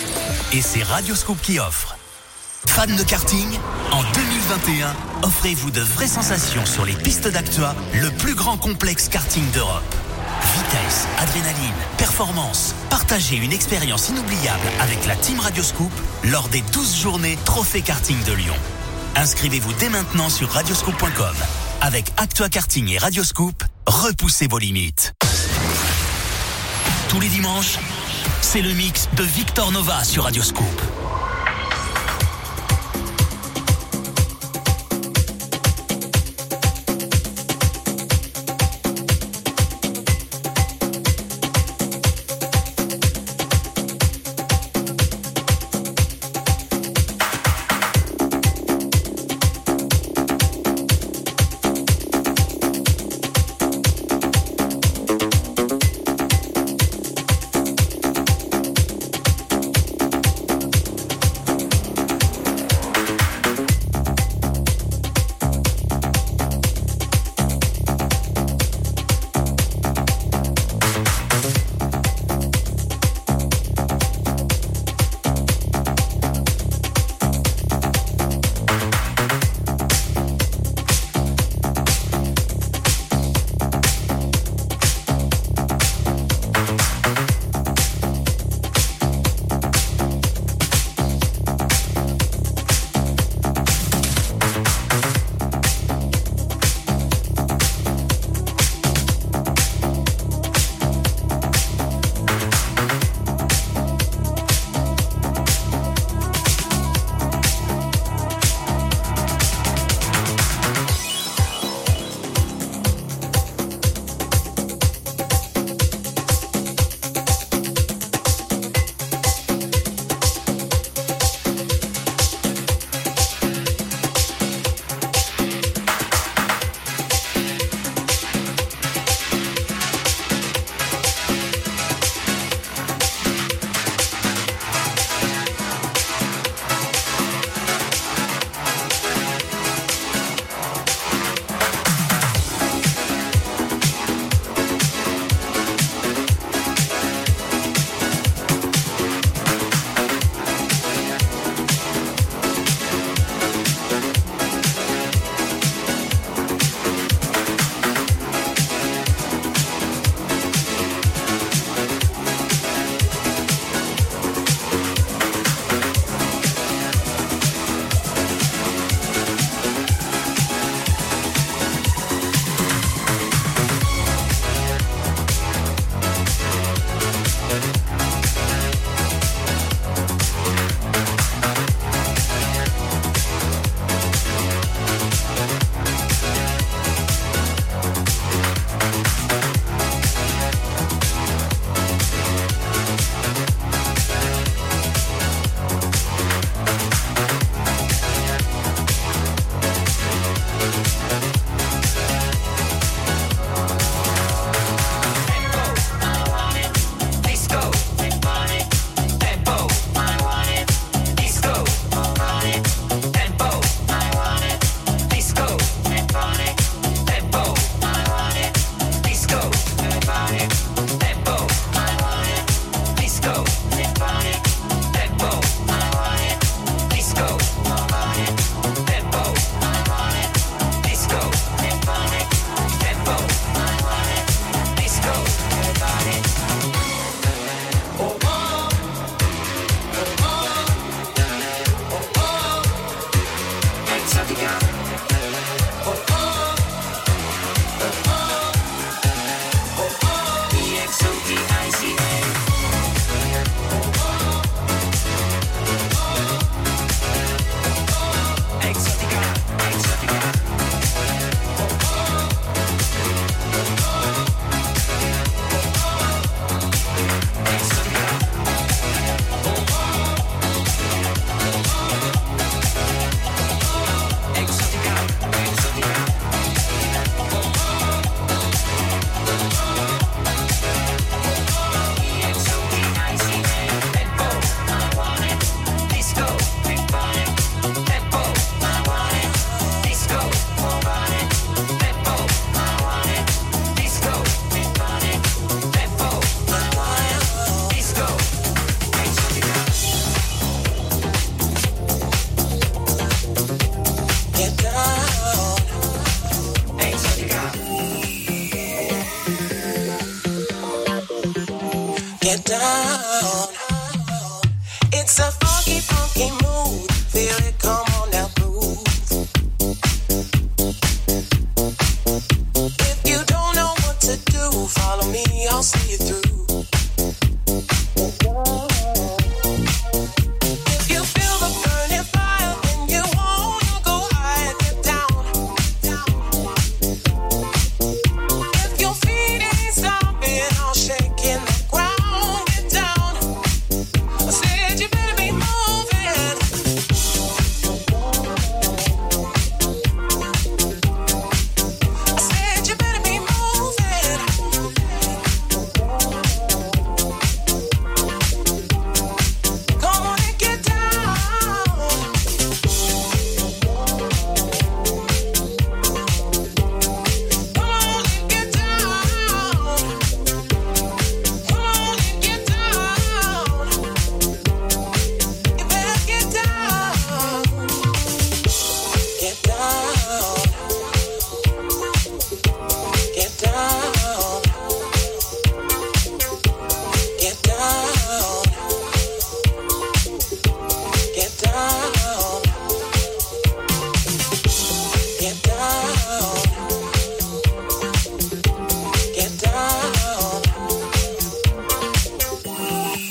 et c'est Radio Scoop qui offre. Fans de karting, en deux mille vingt et un, offrez-vous de vraies sensations sur les pistes d'Actua, le plus grand complexe karting d'Europe. Vitesse, adrénaline, performance. Partagez une expérience inoubliable avec la Team Radio Scoop lors des douze journées Trophée Karting de Lyon. Inscrivez-vous dès maintenant sur radioscoop point com. Avec Actua Karting et Radio Scoop, repoussez vos limites. Tous les dimanches, c'est le mix de Victor Nova sur Radio Scoop.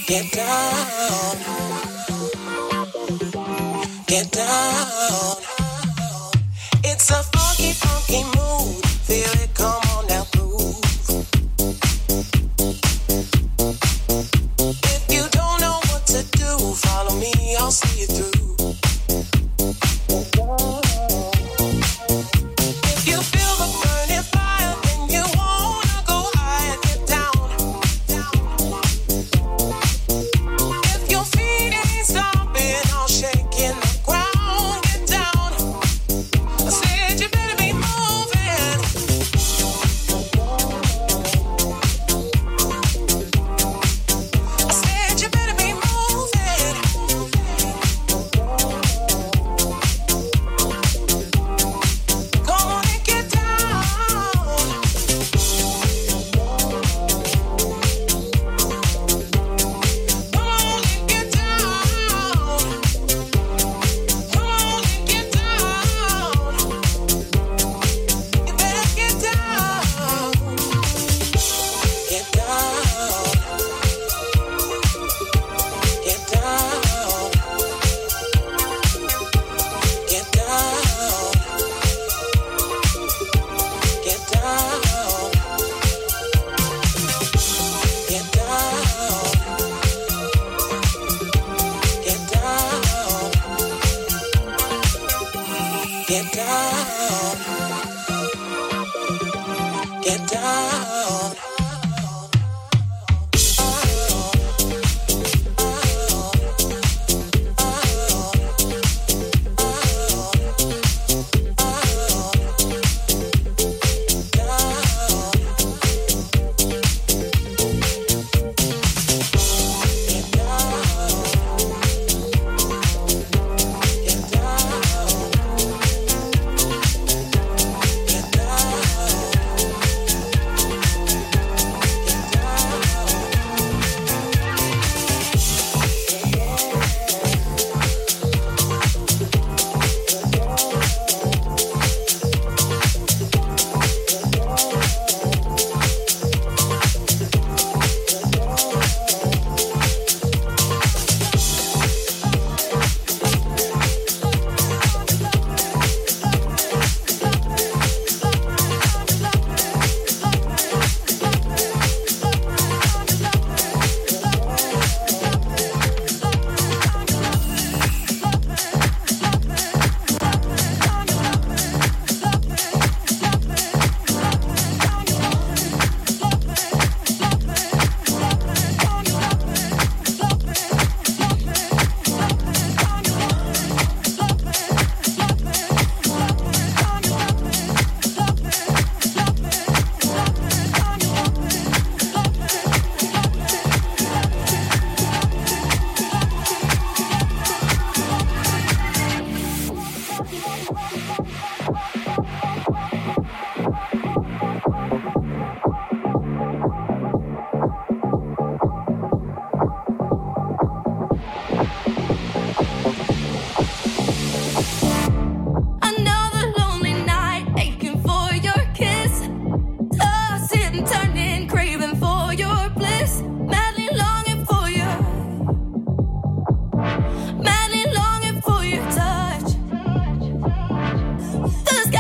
Get down. Get down. It's a funky, funky mood. Feel it, come on now, groove. If you don't know what to do, follow me, I'll see you through. If you feel the burning fire, then you wanna go higher, get down. If your feet ain't stomping or shaking the ground, get down. I said you better be moving. I said you better be moving. Come on and get down. Come on and get down. Come on and get down. You better get down. Get down. Get down. Get down. Get down. Get down. Get down. Get down. Get down. Another lonely night, aching for your kiss. Tossing, turning, craving for your bliss. Madly longing for you. Madly longing for your touch. The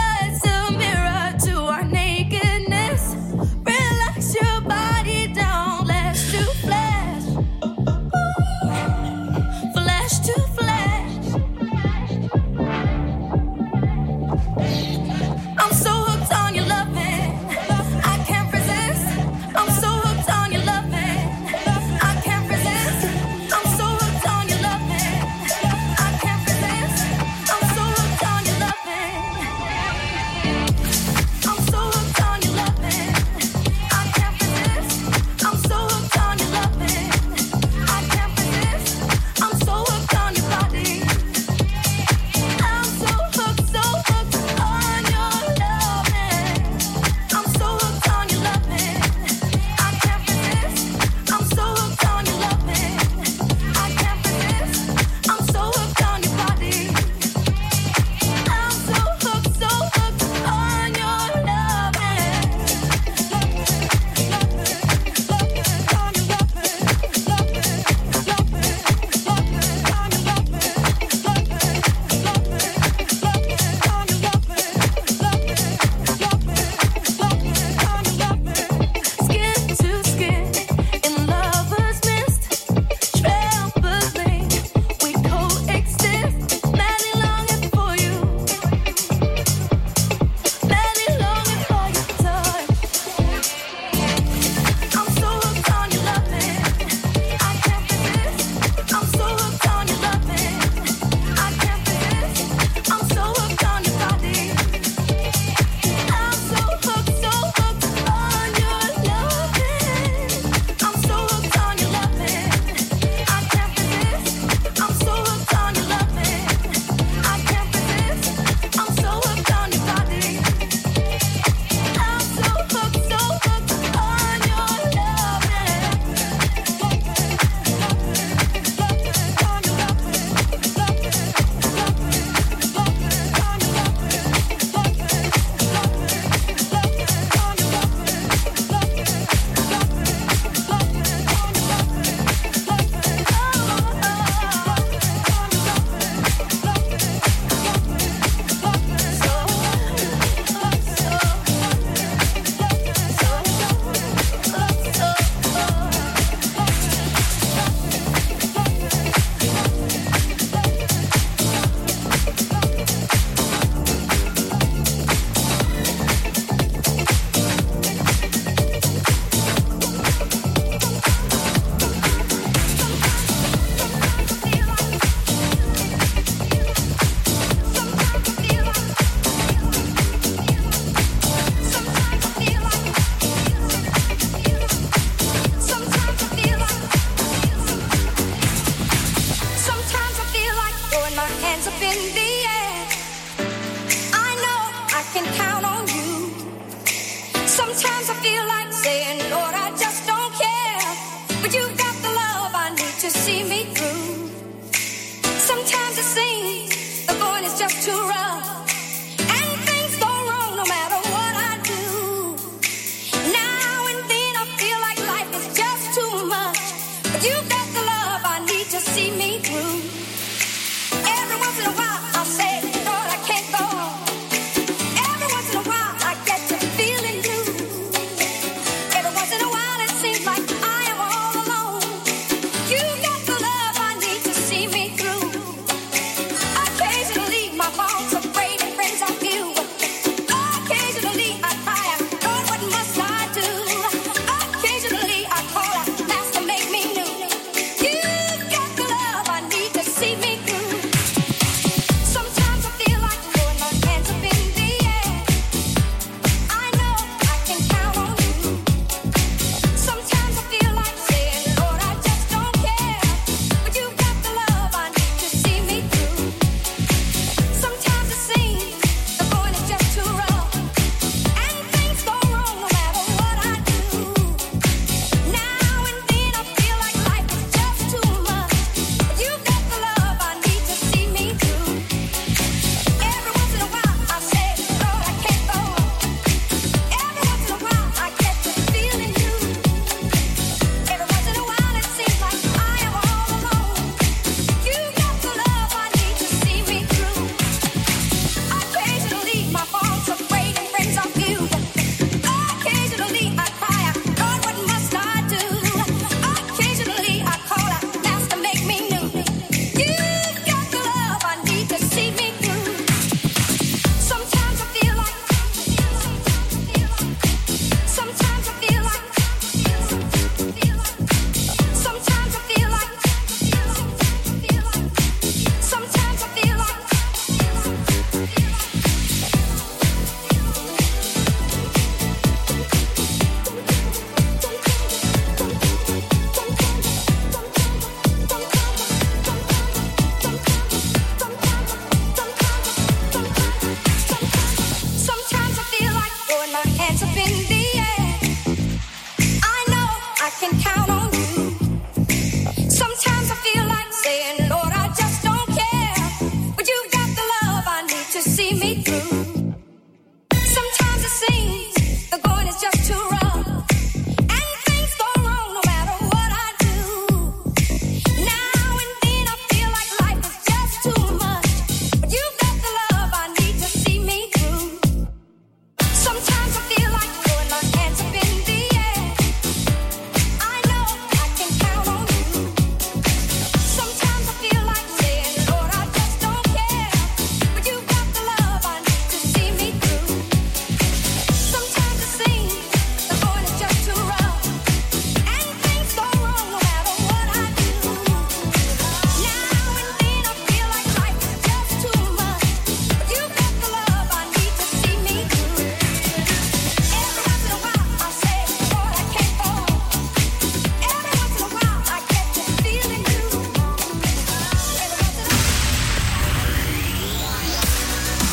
me through.